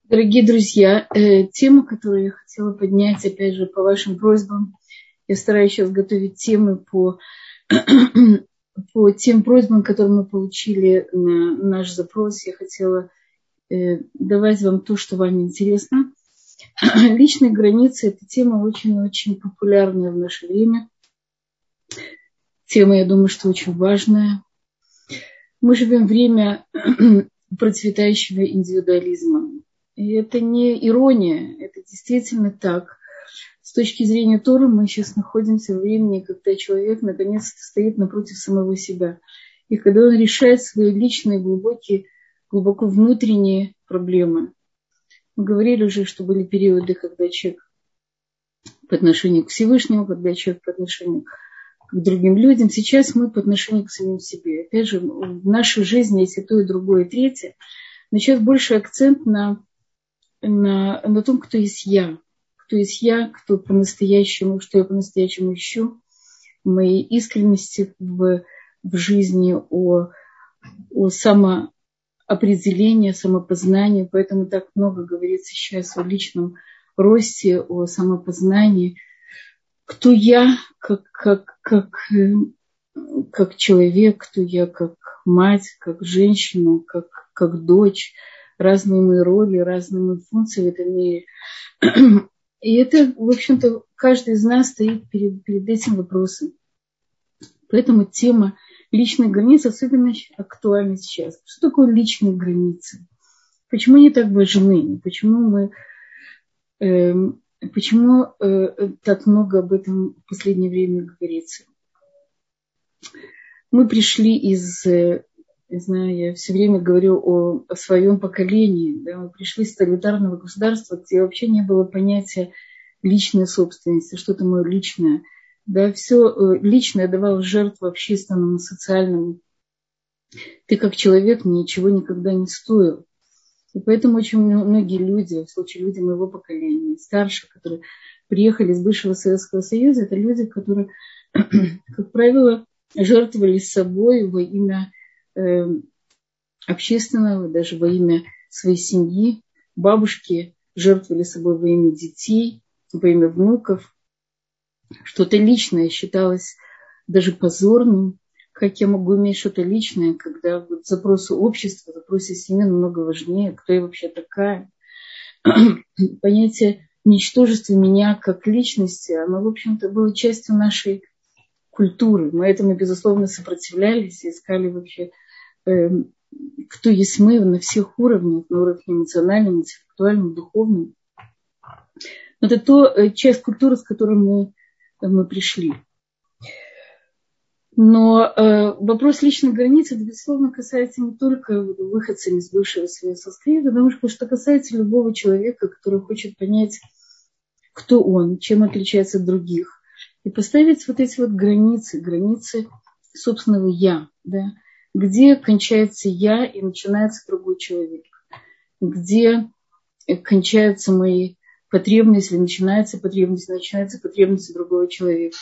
Дорогие друзья, тема, которую я хотела поднять, опять же, по вашим просьбам, я стараюсь сейчас готовить темы по тем просьбам, которые мы получили на наш запрос. Я хотела давать вам то, что вам интересно. Личные границы – это тема очень-очень популярная в наше время. Тема, я думаю, что очень важная. Мы живем в время процветающего индивидуализма. И это не ирония, это действительно так. С точки зрения Торы мы сейчас находимся в времени, когда человек наконец-то стоит напротив самого себя. И когда он решает свои личные, глубоко внутренние проблемы. Мы говорили уже, что были периоды, когда человек по отношению к Всевышнему, когда человек по отношению к другим людям. Сейчас мы по отношению к самим себе. Опять же, в нашей жизни есть и то, и другое, и третье. Но сейчас больше акцент на том, кто есть я. Кто есть я, кто по-настоящему, что я по-настоящему ищу. Моей искренности в жизни, о самоопределении, самопознании. Поэтому так много говорится сейчас о личном росте, о самопознании. Кто я, как человек, кто я как мать, как женщина, как дочь. Разные мои роли, разные мои функции в этом мире. И это, в общем-то, каждый из нас стоит перед этим вопросом. Поэтому тема личных границ особенно актуальна сейчас. Что такое личные границы? Почему они так важны? Почему так много об этом в последнее время говорится? Мы пришли не знаю, я все время говорю о своем поколении. Да, мы пришли из тоталитарного государства, где вообще не было понятия личной собственности, что-то мое личное. Да, все личное давал в жертву общественному, социальному. Ты как человек ничего никогда не стоил. И поэтому очень многие люди, в случае люди моего поколения, старше, которые приехали из бывшего Советского Союза, это люди, которые, как правило, жертвовали собой во имя общественного, даже во имя своей семьи. Бабушки жертвовали собой во имя детей, во имя внуков. Что-то личное считалось даже позорным. Как я могу иметь что-то личное, когда запросы общества, запросы семьи намного важнее, кто я вообще такая. Понятие ничтожества меня как личности, оно, в общем-то, было частью нашей культуры. Мы этому, безусловно, сопротивлялись и искали вообще, кто есть мы на всех уровнях, на уровне эмоциональном, интеллектуальном, духовном. Это часть культуры, с которой мы пришли. Но вопрос личных границ, это, безусловно, касается не только выходцев из бывшего Советского Союза, потому что касается любого человека, который хочет понять, кто он, чем отличается от других. И поставить вот эти вот границы собственного «я», да, где кончается «я» и начинается другой человек, где кончаются мои потребности, или начинается потребность другого человека.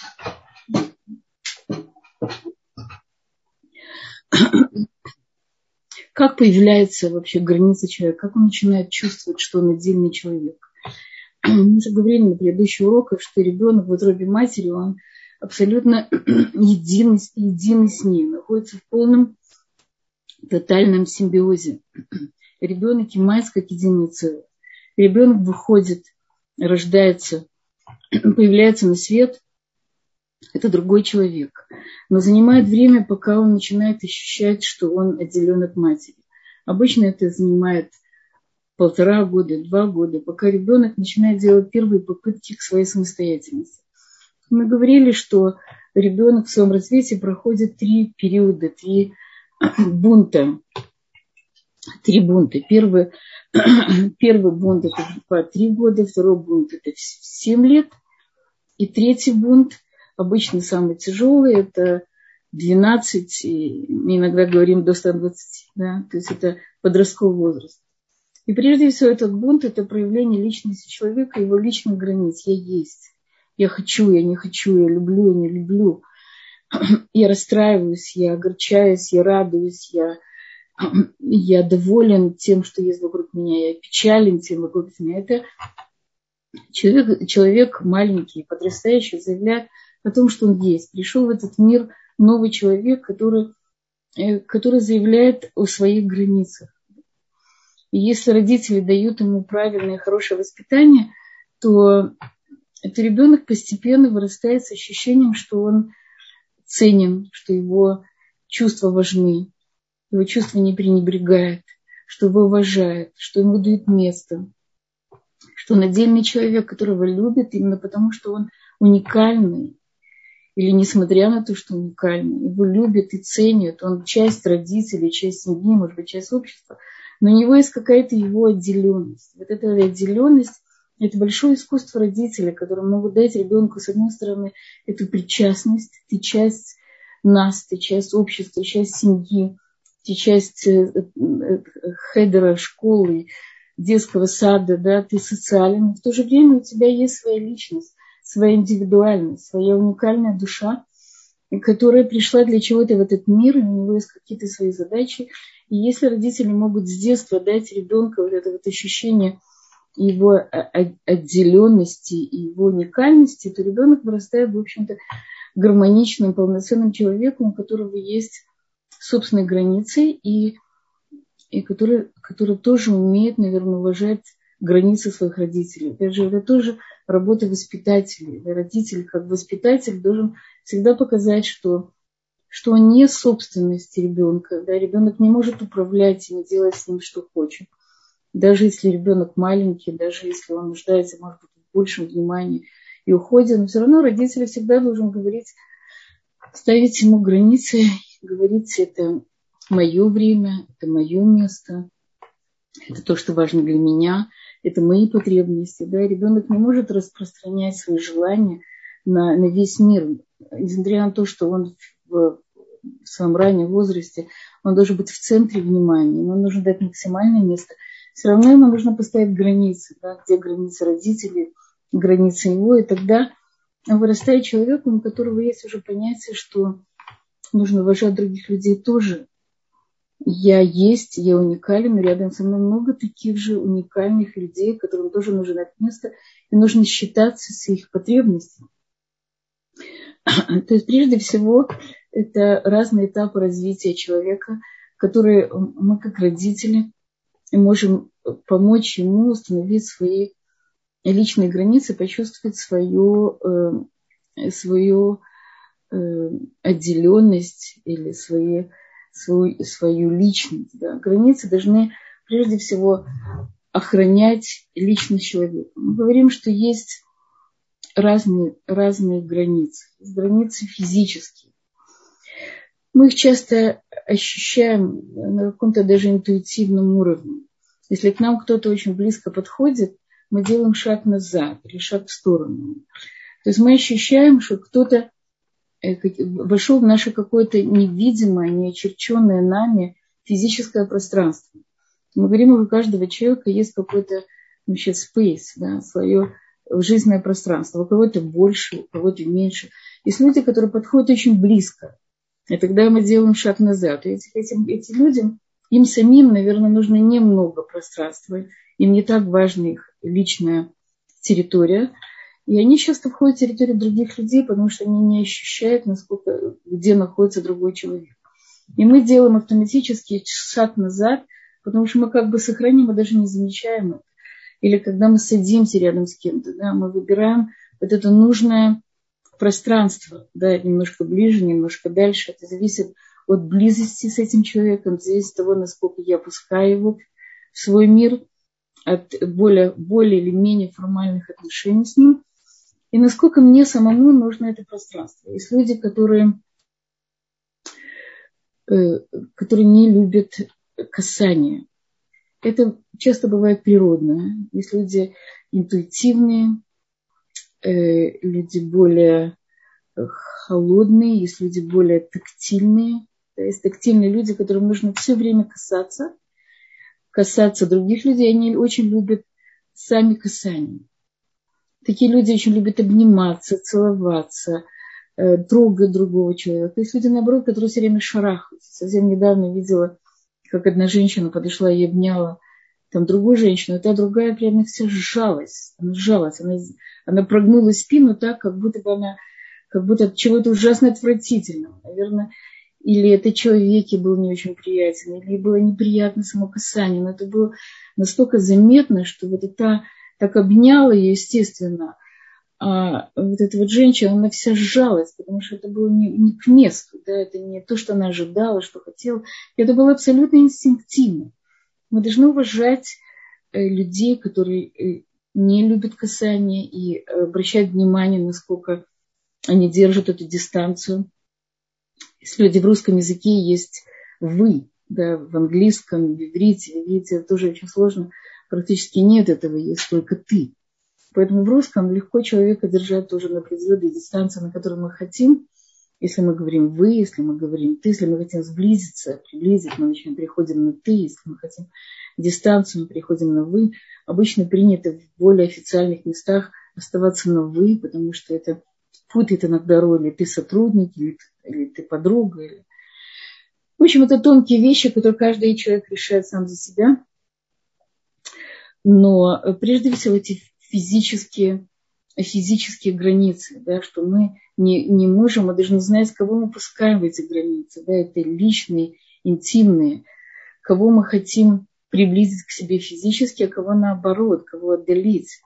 Как появляется вообще граница человека, как он начинает чувствовать, что он отдельный человек. Мы уже говорили на предыдущих уроках, что ребенок в утробе матери, он абсолютно единый с ней, находится в полном тотальном симбиозе. Ребенок и мать как единое целое. Ребенок выходит, рождается, появляется на свет, это другой человек. Но занимает время, пока он начинает ощущать, что он отделен от матери. Обычно это занимает 1,5 года, 2 года, пока ребенок начинает делать первые попытки к своей самостоятельности. Мы говорили, что ребенок в своем развитии проходит 3 периода, 3 бунта. 3 бунта. Первый бунт – это по 3 года, второй бунт – это в 7 лет, и третий бунт, обычно самый тяжелый, это 12, мы иногда говорим до 120, да? То есть это подростковый возраст. И прежде всего этот бунт – это проявление личности человека, его личных границ. Я есть, я хочу, я не хочу, я люблю, я не люблю, я расстраиваюсь, я огорчаюсь, я радуюсь, я я доволен тем, что есть вокруг меня, я печален тем вокруг меня. Это человек маленький, подрастающий, заявляет о том, что он есть. Пришел в этот мир новый человек, который заявляет о своих границах. И если родители дают ему правильное, хорошее воспитание, то этот ребенок постепенно вырастает с ощущением, что он ценен, что его чувства важны, его чувства не пренебрегают, что его уважают, что ему дают место, что он отдельный человек, которого любят именно потому, что он уникальный, или несмотря на то, что уникальный, его любят и ценят, он часть родителей, часть семьи, может быть, часть общества, но у него есть какая-то его отделенность. Вот эта отделенность – это большое искусство родителей, которые могут дать ребенку, с одной стороны, эту причастность, ты часть нас, ты часть общества, часть семьи, ты часть хедера, школы, детского сада, да, ты социален, но в то же время у тебя есть своя личность, своя индивидуальность, своя уникальная душа, которая пришла для чего-то в этот мир, и у него есть какие-то свои задачи. И если родители могут с детства дать ребенку вот это вот ощущение его отделенности и его уникальности, то ребенок вырастает, в общем-то, гармоничным, полноценным человеком, у которого есть собственные границы и который тоже умеет, наверное, уважать границы своих родителей. Опять же, это тоже работа воспитателей. Родитель, как воспитатель, должен всегда показать, что он не собственность ребенка. Да? Ребенок не может управлять им и делать с ним, что хочет. Даже если ребенок маленький, даже если он нуждается, может быть, в большем внимании и уходе, но все равно родитель всегда должен говорить, ставить ему границы, говорить, это мое время, это мое место, это то, что важно для меня, это мои потребности. Да? Ребенок не может распространять свои желания на весь мир, несмотря на то, что он в своем раннем возрасте, он должен быть в центре внимания, ему нужно дать максимальное место. Все равно ему нужно поставить границы, да? Где границы родителей, границы его, и тогда он вырастает человеком, у которого есть уже понятие, что нужно уважать других людей тоже. Я есть, я уникален, рядом со мной много таких же уникальных людей, которым тоже нужно дать место, и нужно считаться с их потребностями. То есть, прежде всего, это разные этапы развития человека, которые мы, как родители, можем помочь ему установить свои личные границы, почувствовать свою отделенность или свою личность. Да. Границы должны прежде всего охранять личность человека. Мы говорим, что есть разные границы. Есть границы физические. Мы их часто ощущаем на каком-то даже интуитивном уровне. Если к нам кто-то очень близко подходит, мы делаем шаг назад или шаг в сторону. То есть мы ощущаем, что кто-то вошел в наше какое-то невидимое, неочерченное нами физическое пространство. Мы говорим, что у каждого человека есть какой-то space, да, свое жизненное пространство. У кого-то больше, у кого-то меньше. Есть люди, которые подходят очень близко. И тогда мы делаем шаг назад. И этим людям, им самим, наверное, нужно немного пространства. Им не так важна их личная территория. И они часто входят в территорию других людей, потому что они не ощущают, где находится другой человек. И мы делаем автоматически шаг назад, потому что мы как бы сохраним, мы даже не замечаем это. Или когда мы садимся рядом с кем-то, да, мы выбираем вот это нужное пространство, да, немножко ближе, немножко дальше. Это зависит от близости с этим человеком, зависит от того, насколько я пускаю его в свой мир, от более или менее формальных отношений с ним. И насколько мне самому нужно это пространство. Есть люди, которые не любят касания. Это часто бывает природное. Есть люди интуитивные, люди более холодные, есть люди более тактильные. Есть тактильные люди, которым нужно все время касаться других людей. Они очень любят сами касания. Такие люди очень любят обниматься, целоваться, трогать другого человека. Есть люди, наоборот, которые все время шарахаются. Совсем недавно видела как одна женщина подошла и обняла там другую женщину, а та другая прямо вся сжалась. Она прогнула спину так, как будто бы она, как будто от чего-то ужасно отвратительного. Наверное, или это человек ей был не очень приятен, или было неприятно само касание. Но это было настолько заметно, что вот это так обняла ее, естественно. А вот эта вот женщина, она вся сжалась, потому что это было не к месту, да, это не то, что она ожидала, что хотела. Это было абсолютно инстинктивно. Мы должны уважать людей, которые не любят касание, и обращать внимание, насколько они держат эту дистанцию. Если люди в русском языке есть «вы», да, в английском, в иврите это тоже очень сложно, практически нет этого, есть только «ты». Поэтому в русском легко человека держать тоже на определенной дистанции, на которой мы хотим. Если мы говорим «вы», если мы говорим «ты», если мы хотим сблизиться, приблизить, мы начинаем переходим на «ты», если мы хотим дистанцию, мы переходим на «вы». Обычно принято в более официальных местах оставаться на «вы», потому что это путает иногда роли «ты сотрудник», или «ты подруга». В общем, это тонкие вещи, которые каждый человек решает сам за себя. Но прежде всего эти физические границы, да, что мы не можем, мы должны знать, кого мы пускаем в эти границы. Да, это личные, интимные, кого мы хотим приблизить к себе физически, а кого наоборот, кого отдалить.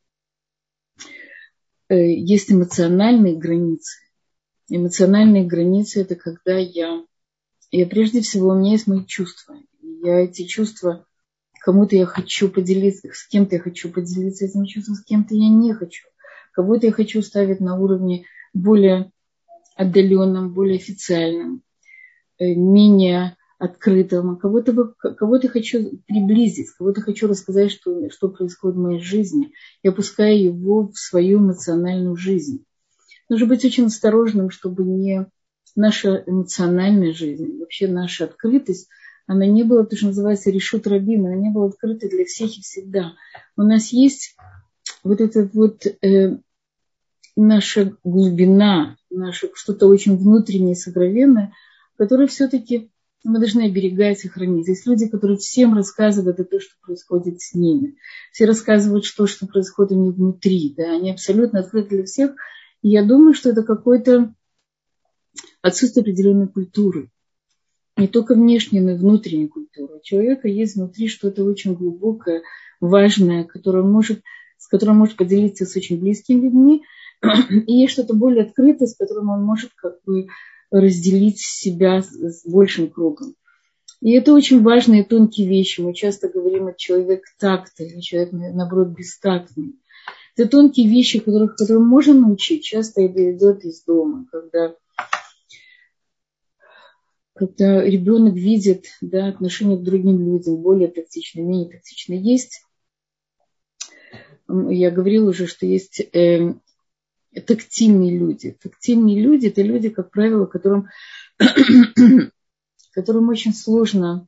Есть эмоциональные границы. Эмоциональные границы – это когда я прежде всего, у меня есть мои чувства. Я эти чувства, кому-то я хочу поделиться, с кем-то я хочу поделиться этим чувством, с кем-то я не хочу. Кого-то я хочу ставить на уровне более отдаленном, более официальном, менее открытом. Кого-то хочу приблизить, кого-то хочу рассказать, что происходит в моей жизни. Я пускаю его в свою эмоциональную жизнь. Нужно быть очень осторожным, чтобы не наша эмоциональная жизнь, вообще наша открытость, она не была, то, что называется, решут рабим, она не была открыта для всех и всегда. У нас есть вот эта вот наша глубина, наше что-то очень внутреннее, сокровенное, которое все-таки мы должны оберегать и хранить. Есть люди, которые всем рассказывают о том, что происходит с ними. Все рассказывают, что происходит у них внутри. Да? Они абсолютно открыты для всех. И я думаю, что это какое-то отсутствие определенной культуры. Не только внешней, но и внутренней культуры. У человека есть внутри что-то очень глубокое, важное, с которым может поделиться с очень близкими людьми. И есть что-то более открытое, с которым он может как бы разделить себя с большим кругом. И это очень важные тонкие вещи. Мы часто говорим, что человек тактный, или человек, наоборот, бестактный. Это тонкие вещи, которым можно научить. Часто это идет из дома, когда ребенок видит, да, отношение к другим людям, более токсичные, менее токсичные. Есть, я говорила уже, что есть тактильные люди. Тактильные люди – это люди, как правило, которым очень сложно,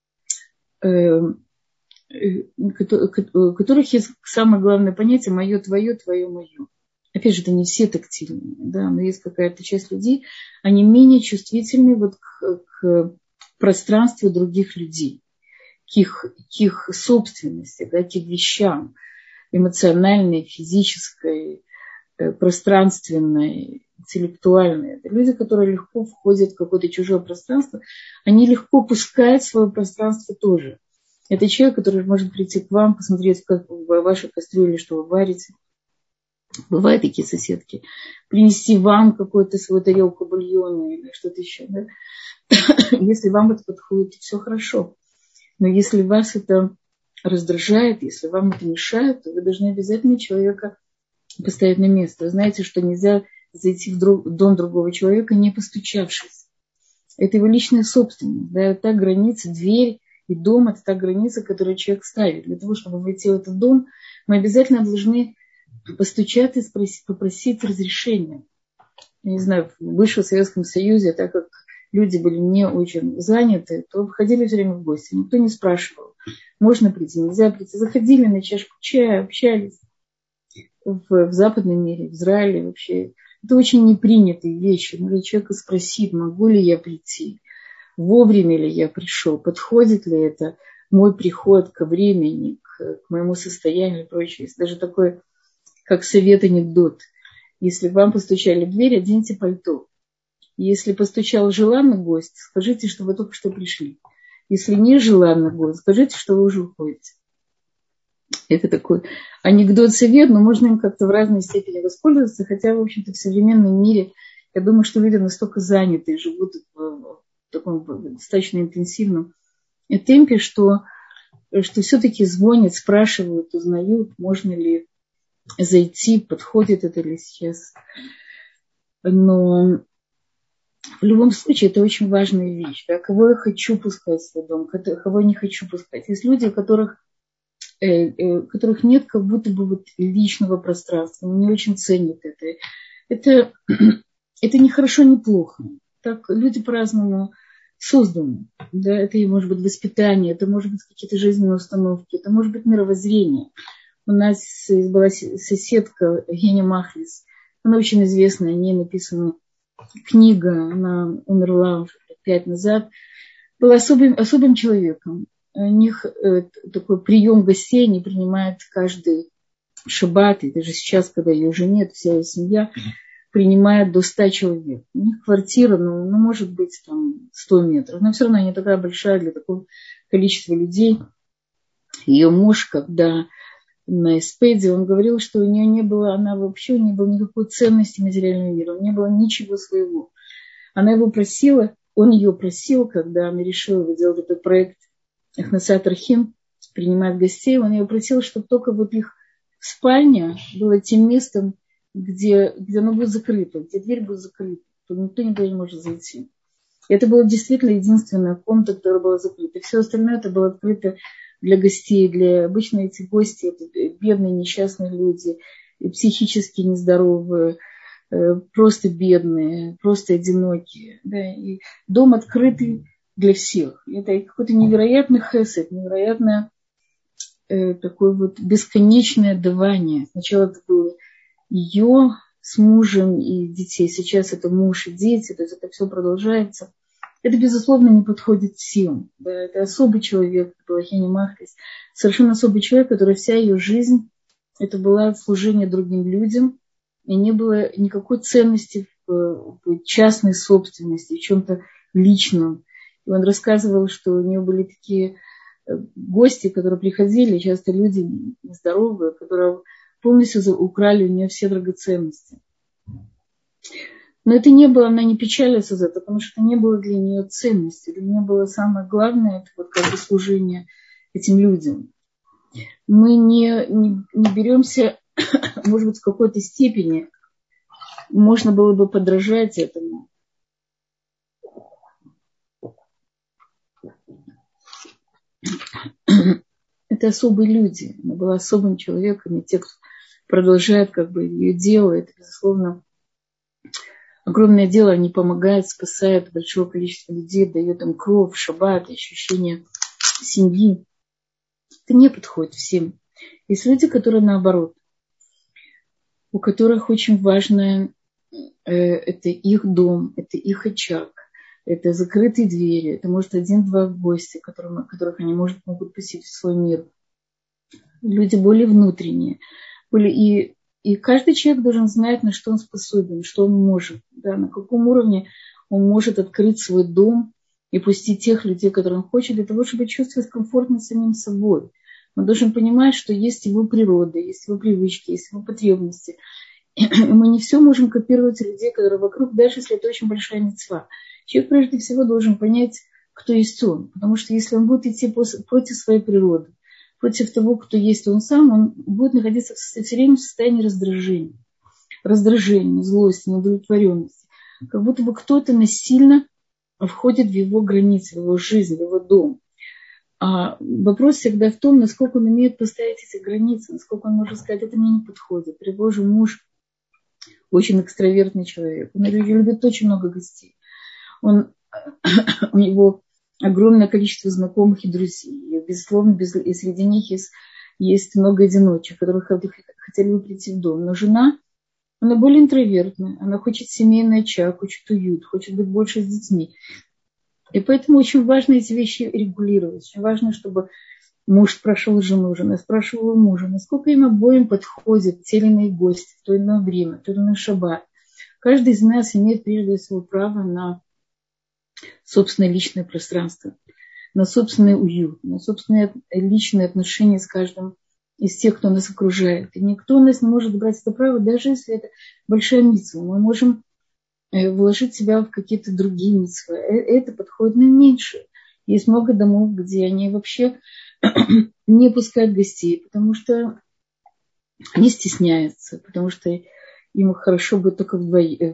у которых есть самое главное понятие «моё, твое, твое, мое». Опять же, это не все тактильные, да, но есть какая-то часть людей, они менее чувствительны вот к пространству других людей, к их собственности, да, к их вещам, эмоциональной, физической, пространственной, интеллектуальной. Это люди, которые легко входят в какое-то чужое пространство, они легко пускают свое пространство тоже. Это человек, который может прийти к вам, посмотреть, как в вашей кастрюле, что вы варите. Бывают такие соседки. Принести вам какую-то свою тарелку бульона или что-то еще. Да? Если вам это подходит, то все хорошо. Но если вас это раздражает, если вам это мешает, то вы должны обязательно человека поставить на место. Вы знаете, что нельзя зайти в дом другого человека, не постучавшись. Это его личная собственность. Да? Это та граница, дверь и дом – это та граница, которую человек ставит. Для того, чтобы войти в этот дом, мы обязательно должны постучать и попросить разрешения. Я не знаю, в бывшем Советском Союзе, так как люди были не очень заняты, то входили все время в гости. Никто не спрашивал, можно прийти, нельзя прийти. Заходили на чашку чая, общались. В западном мире, в Израиле вообще. Это очень непринятые вещи. Надо человека спросить, могу ли я прийти. вовремя ли я пришел, подходит ли это мой приход ко времени, к моему состоянию и прочее. Есть даже такой, как совет-анекдот. Если вам постучали в дверь, оденьте пальто. Если постучал желанный гость, скажите, что вы только что пришли. Если не желанный гость, скажите, что вы уже уходите. Это такой анекдот-совет, но можно им как-то в разной степени воспользоваться, хотя, в общем-то, в современном мире, я думаю, что люди настолько заняты и живут в таком достаточно интенсивном темпе, что все-таки звонят, спрашивают, узнают, можно ли зайти, подходит это ли сейчас. Но в любом случае это очень важная вещь. Да? Кого я хочу пускать в свой дом, кого я не хочу пускать. Есть люди, у которых нет как будто бы вот личного пространства, они не очень ценят это. Это не хорошо, не плохо. Так люди по-разному созданы. Да? Это и может быть воспитание, это может быть какие-то жизненные установки, это может быть мировоззрение. У нас была соседка Геня Махлис, она очень известная, о ней написана книга, она умерла уже 5 лет назад, была особым человеком. У них такой прием гостей, они принимают каждый шаббат, и даже сейчас, когда ее уже нет, вся ее семья принимает до 100 человек. У них квартира, может быть, там 100 метров, но все равно не такая большая для такого количества людей. Ее муж, когда на эспеде, он говорил, что у нее не было никакой ценности материального мира, у нее не было ничего своего. Она его просила, он ее просил, когда она решила делать этот проект Ахнасат Архим, принимать гостей, он ее просил, чтобы только вот их спальня была тем местом, где оно будет закрыто, где дверь будет закрыта, то никто никуда не может зайти. И это была действительно единственная комната, которая была закрыта. Все остальное это было открыто для гостей, обычно эти гости, это бедные, несчастные люди, психически нездоровые, просто бедные, просто одинокие. Да, и дом открытый для всех. Это какой-то невероятный хесед, невероятное такое вот бесконечное давание. Сначала это было ее с мужем и детей, сейчас это муж и дети, то есть это все продолжается. Это, безусловно, не подходит всем. Да, это особый человек, это была Хеня Махлис, совершенно особый человек, который вся ее жизнь, это было служение другим людям, и не было никакой ценности в частной собственности, в чем-то личном. И он рассказывал, что у нее были такие гости, которые приходили, часто люди нездоровые, которые полностью украли у нее все драгоценности. Но это не было, она не печалилась за это, потому что это не было для нее ценности. Для нее было самое главное, это вот как бы служение этим людям. Мы не беремся, может быть, в какой-то степени, можно было бы подражать этому. Это особые люди. Она была особым человеком, и те, кто продолжает как бы ее дело, это, безусловно, огромное дело, они помогают, спасают большое количество людей, дают им кровь, шаббат, ощущение семьи. Это не подходит всем. Есть люди, которые наоборот, у которых очень важно это их дом, это их очаг, это закрытые двери, это может 1-2 гостя, которых они могут посетить в свой мир. Люди более внутренние. И каждый человек должен знать, на что он способен, что он может, да, на каком уровне он может открыть свой дом и пустить тех людей, которые он хочет, для того, чтобы чувствовать комфортно самим собой. Он должен понимать, что есть его природа, есть его привычки, есть его потребности. И мы не все можем копировать людей, которые вокруг, даже если это очень большая мицва. Человек прежде всего должен понять, кто есть он. Потому что если он будет идти против своей природы, против того, кто есть он сам, он будет находиться все время в состоянии раздражения, злости, неудовлетворенности. Как будто бы кто-то насильно входит в его границы, в его жизнь, в его дом. А вопрос всегда в том, насколько он умеет поставить эти границы, насколько он может сказать, это мне не подходит. Предположим, муж очень экстравертный человек, он любит очень много гостей. У него огромное количество знакомых и друзей. И, безусловно, и среди них есть много одиночек, которые хотели бы прийти в дом. Но жена, она более интровертная, она хочет семейный очаг, хочет уют, хочет быть больше с детьми. И поэтому очень важно эти вещи регулировать. Очень важно, чтобы муж спрашивал жену, жена спрашивала мужа, насколько им обоим подходят те или иные гости в то или иное время, в то или иной шаббат. Каждый из нас имеет прежде всего право на собственное личное пространство, на собственный уют, на собственные личные отношения с каждым из тех, кто нас окружает. И никто у нас не может брать это право, даже если это большая мицва. Мы можем вложить себя в какие-то другие мицвы. Это подходит нам меньше. Есть много домов, где они вообще не пускают гостей, потому что они стесняются, потому что им хорошо быть только вдвоем,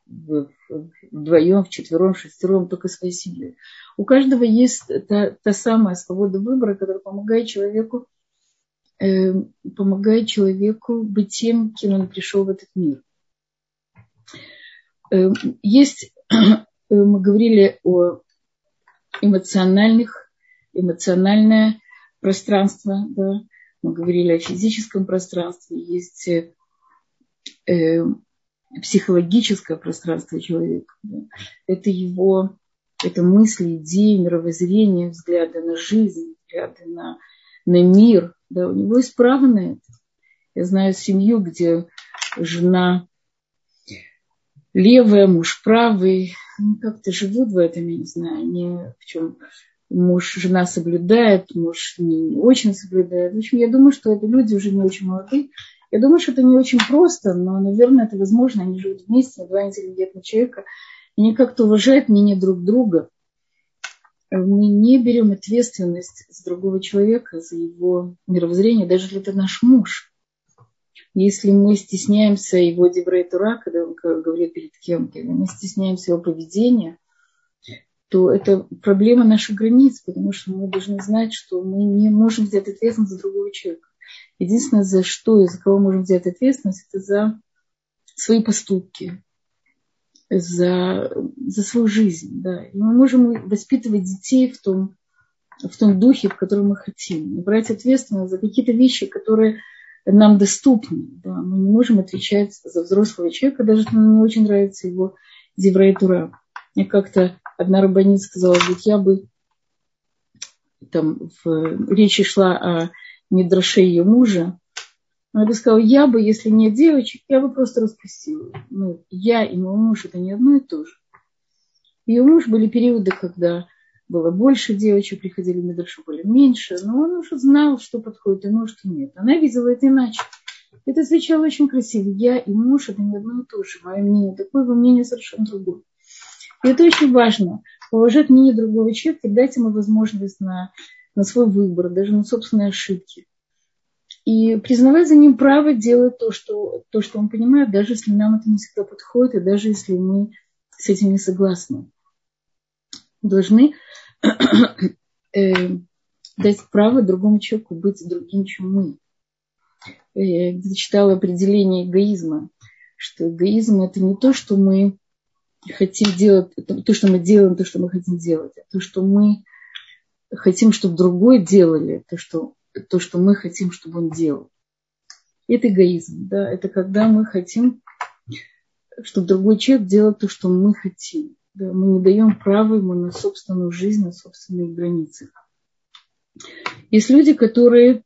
вчетвером, шестером, только своей семьей. У каждого есть та самая свобода выбора, которая помогает человеку быть тем, кем он пришел в этот мир. Есть, мы говорили о эмоциональное пространство, да? Мы говорили о физическом пространстве, есть психологическое пространство человека. Да? Это мысли, идеи, мировоззрение, взгляды на жизнь, взгляды на мир. Да? У него есть право на это. Я знаю семью, где жена левая, муж правый. Они как-то живут в этом, я не знаю, в чем жена соблюдает, муж не очень соблюдает. В общем, я думаю, что это люди уже не очень молодые. Я думаю, что это не очень просто, но, наверное, это возможно. Они живут вместе, два интеллигентных человека. И они как-то уважают мнение друг друга. Мы не берем ответственность с другого человека за его мировоззрение, даже если это наш муж. Если мы стесняемся его диврей Тора, когда он говорит перед кем-то, или мы стесняемся его поведения, то это проблема наших границ, потому что мы должны знать, что мы не можем взять ответственность за другого человека. Единственное, за что и за кого можем взять ответственность, это за свои поступки, за свою жизнь. Да. И мы можем воспитывать детей в том духе, в котором мы хотим. И брать ответственность за какие-то вещи, которые нам доступны. Да. Мы не можем отвечать за взрослого человека, даже если нам не очень нравится его диврей Тора. Мне как-то одна раббанит сказала, говорит, я бы, речь шла о мидраше ее мужа, она бы сказала, если нет девочек, я бы просто распустила. Я и мой муж это не одно и то же. Ее муж были периоды, когда было больше девочек, приходили в мидраше, были меньше, но он уже знал, что подходит ему, что нет. Она видела это иначе. Это звучало очень красиво. Я и муж это не одно и то же. Мое мнение такое, его мнение совершенно другое. И это очень важно. Уважать мнение другого человека и дать ему возможность на свой выбор, даже на собственные ошибки. И признавать за ним право делать то, что он понимает, даже если нам это не всегда подходит, и даже если мы с этим не согласны. Должны дать право другому человеку быть другим, чем мы. Я читала определение эгоизма, что эгоизм – это не то, что мы хотим делать, то, что мы делаем, то, что мы хотим делать, а то, что мы хотим, чтобы другой делали, то, что мы хотим, чтобы он делал. Это эгоизм, да, это когда мы хотим, чтобы другой человек делал то, что мы хотим. Да, мы не даем права ему на собственную жизнь, на собственные границы. Есть люди, которые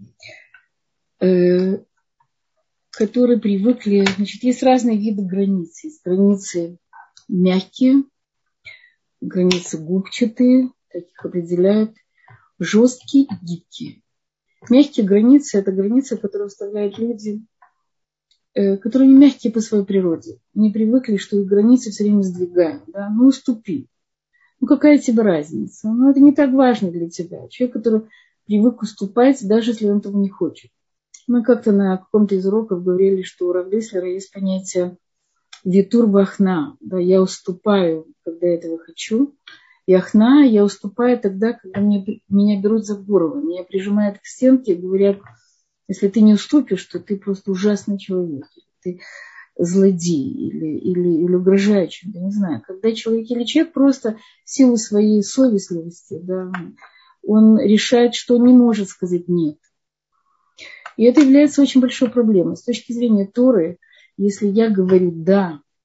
привыкли, есть разные виды границ. Есть границы мягкие, границы губчатые, таких определяют, жесткие и гибкие. Мягкие границы – это границы, которые вставляют люди, которые не мягкие по своей природе. Они привыкли, что их границы все время сдвигаем. Да? Уступи. Какая тебе разница? Это не так важно для тебя. Человек, который привык уступать, даже если он этого не хочет. Мы как-то на каком-то из уроков говорили, что у Рав Деслера есть понятие витур бахна. Да, я уступаю, когда я этого хочу. И ахна я уступаю тогда, когда меня берут за горло. Меня прижимают к стенке и говорят, если ты не уступишь, то ты просто ужасный человек. Ты злодей или угрожает чем-то, не знаю. Когда человек просто в силу своей совестливости, да, он решает, что он не может сказать нет. И это является очень большой проблемой. С точки зрения Торы, если я говорю «да»,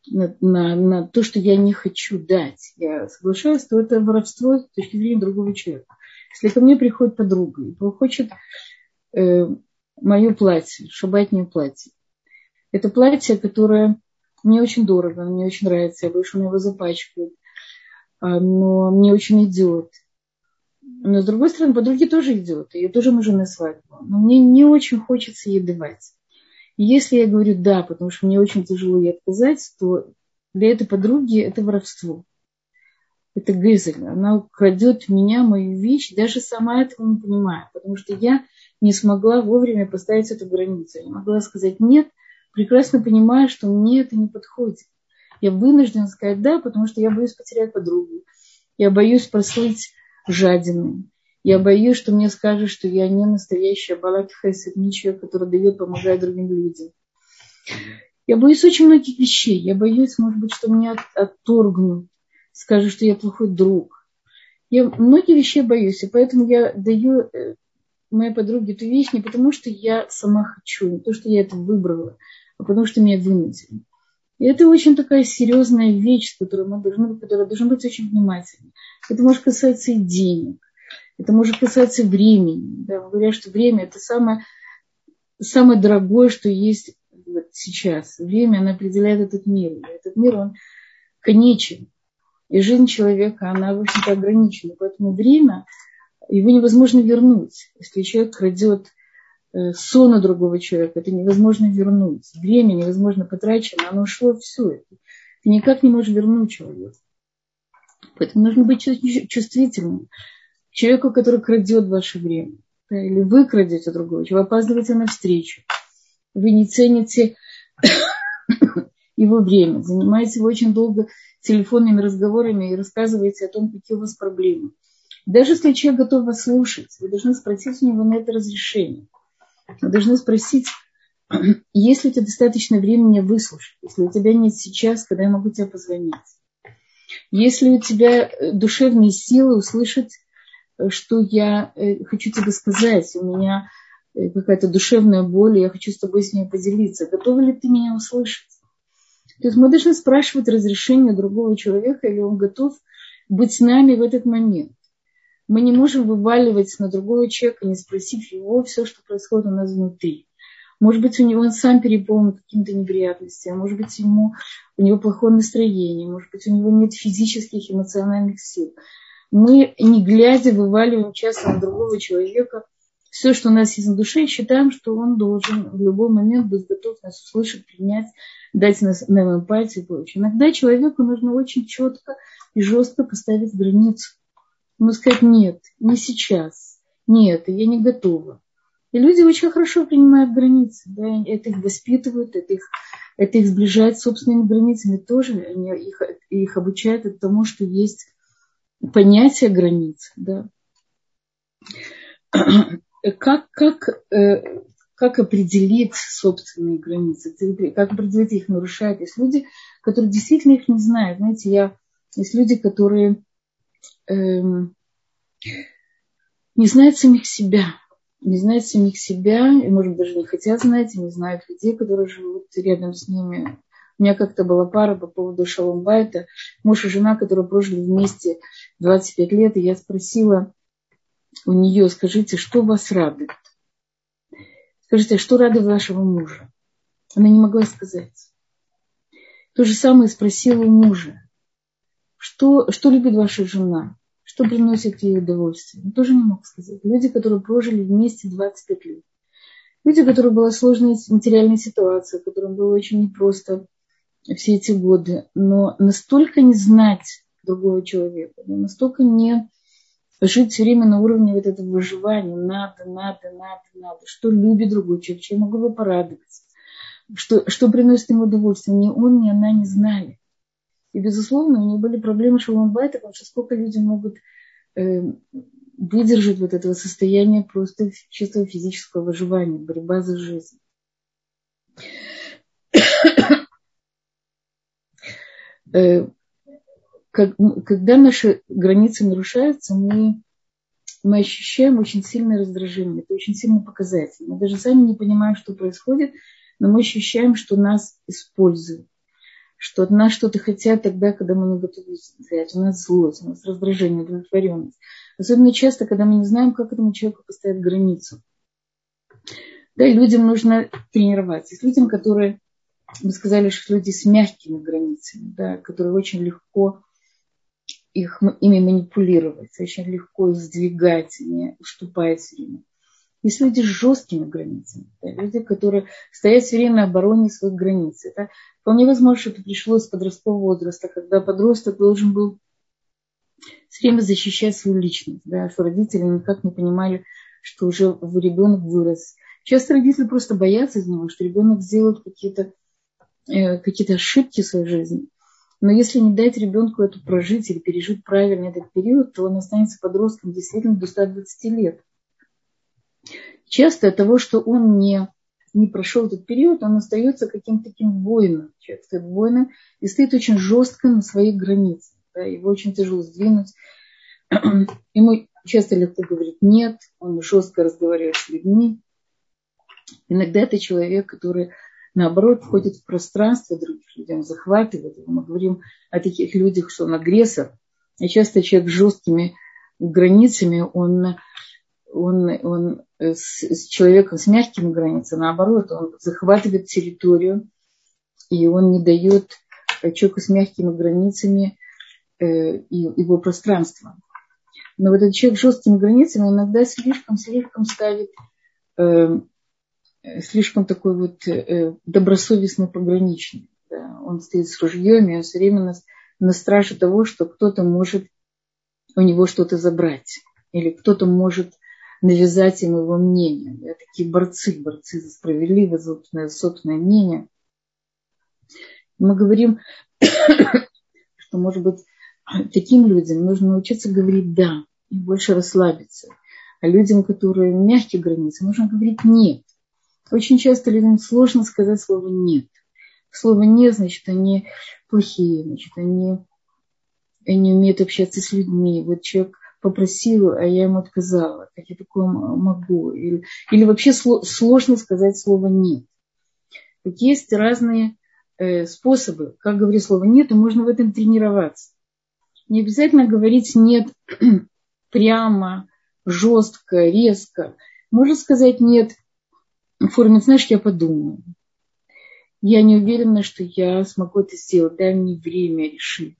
на то, что я не хочу дать. Я соглашаюсь, то это воровство с точки зрения другого человека. Если ко мне приходит подруга и хочет мое платье, шабатное платье, это платье, которое мне очень дорого, мне очень нравится, я боюсь, что оно его запачкает, но мне очень идет. Но, с другой стороны, подруге тоже идет, ее тоже нужно на свадьбу. Но мне не очень хочется ей давать. И если я говорю «да», потому что мне очень тяжело ей отказать, то для этой подруги это воровство. Это гызель. Она крадет меня, мою вещь, даже сама этого не понимая. Потому что я не смогла вовремя поставить эту границу. Я не могла сказать «нет», прекрасно понимая, что мне это не подходит. Я вынуждена сказать «да», потому что я боюсь потерять подругу. Я боюсь прослыть жадиной. Я боюсь, что мне скажут, что я не настоящая балак хесед, не человек, который дает, помогает другим людям. Я боюсь очень многих вещей. Я боюсь, может быть, что меня отторгнут, скажут, что я плохой друг. Я многих вещей боюсь, и поэтому я даю моей подруге эту вещь не потому, что я сама хочу, не потому, что я это выбрала, а потому, что меня вынудили. И это очень такая серьезная вещь, которая должна быть очень внимательной. Это может касаться и денег, это может касаться времени. Да, говорят, что время – это самое дорогое, что есть вот сейчас. Время, оно определяет этот мир. И этот мир, он конечен. И жизнь человека, она, в общем-то, ограничена. Поэтому время, его невозможно вернуть. Если человек крадет сон другого человека, это невозможно вернуть. Время невозможно потрачено, оно ушло все. Ты никак не можешь вернуть человека. Поэтому нужно быть чувствительным к человеку, который крадет ваше время. Да, или вы крадете другого человека, вы опаздываете на встречу. Вы не цените его время, занимаете его очень долго телефонными разговорами и рассказываете о том, какие у вас проблемы. Даже если человек готов вас слушать, вы должны спросить у него на это разрешение. Вы должны спросить, есть ли у тебя достаточно времени выслушать, если у тебя нет сейчас, когда я могу тебе позвонить. Если у тебя душевные силы услышать, что я хочу тебе сказать, у меня какая-то душевная боль, я хочу с тобой с ней поделиться. Готова ли ты меня услышать? То есть мы должны спрашивать разрешение другого человека, или он готов быть с нами в этот момент. Мы не можем вываливать на другого человека, не спросив его все, что происходит у нас внутри. Может быть, он сам переполнен какими-то неприятностями, может быть, у него плохое настроение, может быть, у него нет физических, эмоциональных сил. Мы, не глядя, вываливаем часто на другого человека все, что у нас есть на душе, и считаем, что он должен в любой момент быть готов нас услышать, принять, дать нам эмпатию и прочее. Иногда человеку нужно очень четко и жестко поставить границу. Ему сказать нет, не сейчас, нет, я не готова. И люди очень хорошо принимают границы. Да? Это их воспитывают, это их сближает с собственными границами тоже. Они их обучают тому, что есть понятие границ. Да? Как определить собственные границы? Как определить их нарушают? Есть люди, которые действительно их не знают. Знаете, есть люди, которые не знают самих себя. Не знают самих себя, и, может быть, даже не хотят знать, и не знают людей, которые живут рядом с ними. У меня как-то была пара по поводу шалом байта, муж и жена, которые прожили вместе 25 лет, и я спросила у нее, скажите, что вас радует? Скажите, что радует вашего мужа? Она не могла сказать. То же самое спросила у мужа. Что любит ваша жена? Что приносит ей удовольствие? Он тоже не мог сказать. Люди, которые прожили вместе 25 лет. Люди, у которых была сложная материальная ситуация, которым было очень непросто все эти годы. Но настолько не знать другого человека, настолько не жить все время на уровне вот этого выживания. Надо. Что любит другой человек, чем могу бы порадоваться. Что приносит ему удовольствие. Ни он, ни она не знали. И, безусловно, у них были проблемы шалом байта, потому что сколько люди могут выдержать вот этого состояния просто чистого физического выживания, борьба за жизнь. Когда наши границы нарушаются, мы ощущаем очень сильное раздражение. Это очень сильно показательно. Мы даже сами не понимаем, что происходит, но мы ощущаем, что нас используют. что от нас что-то хотят тогда, когда мы не готовы взять. У нас злость, у нас раздражение, удовлетворенность. Особенно часто, когда мы не знаем, как этому человеку поставить границу. Да, и людям нужно тренироваться. Есть людям, которые, мы сказали, что люди с мягкими границами, да, которые очень легко ими манипулировать, очень легко их сдвигать, не уступать все время. Есть люди с жесткими границами, да, люди, которые стоят все время на обороне своих границ. Это вполне возможно, что это пришло из подросткового возраста, когда подросток должен был все время защищать свою личность, да, что родители никак не понимали, что уже ребенок вырос. Часто родители просто боятся из него, что ребенок сделает какие-то ошибки в своей жизни. Но если не дать ребенку это прожить или пережить правильно этот период, то он останется подростком действительно до 120 лет. Часто от того, что он не прошел этот период, он остается каким-то таким воином. Человек стоит воином и стоит очень жестко на своих границах. Да, его очень тяжело сдвинуть. Ему часто легко говорить «нет», он жестко разговаривает с людьми. Иногда это человек, который, наоборот, входит в пространство других людей, он захватывает. Мы говорим о таких людях, что он агрессор. И часто человек с жесткими границами, он с человеком с мягкими границами, наоборот, он захватывает территорию, и он не дает человеку с мягкими границами его пространства. Но вот этот человек с жесткими границами иногда слишком ставит слишком такой вот добросовестный пограничник. Да. Он стоит с ружьем, и он все время на страже того, что кто-то может у него что-то забрать. Или кто-то может навязать им его мнение. Да. Такие борцы за справедливое, за собственное мнение. Мы говорим, что, может быть, таким людям нужно научиться говорить «да» и больше расслабиться. А людям, которые в мягких границах, нужно говорить «нет». Очень часто людям сложно сказать слово «нет». Слово «нет», значит, они плохие, значит, они не умеют общаться с людьми. Вот человек попросил, а я ему отказала. Как я такое могу? Или вообще сложно сказать слово «нет». Есть разные способы, как говорить слово «нет», и можно в этом тренироваться. Не обязательно говорить «нет» прямо, жестко, резко. Можно сказать «нет» в форме, знаешь, я подумаю. Я не уверена, что я смогу это сделать. Дай мне время решить.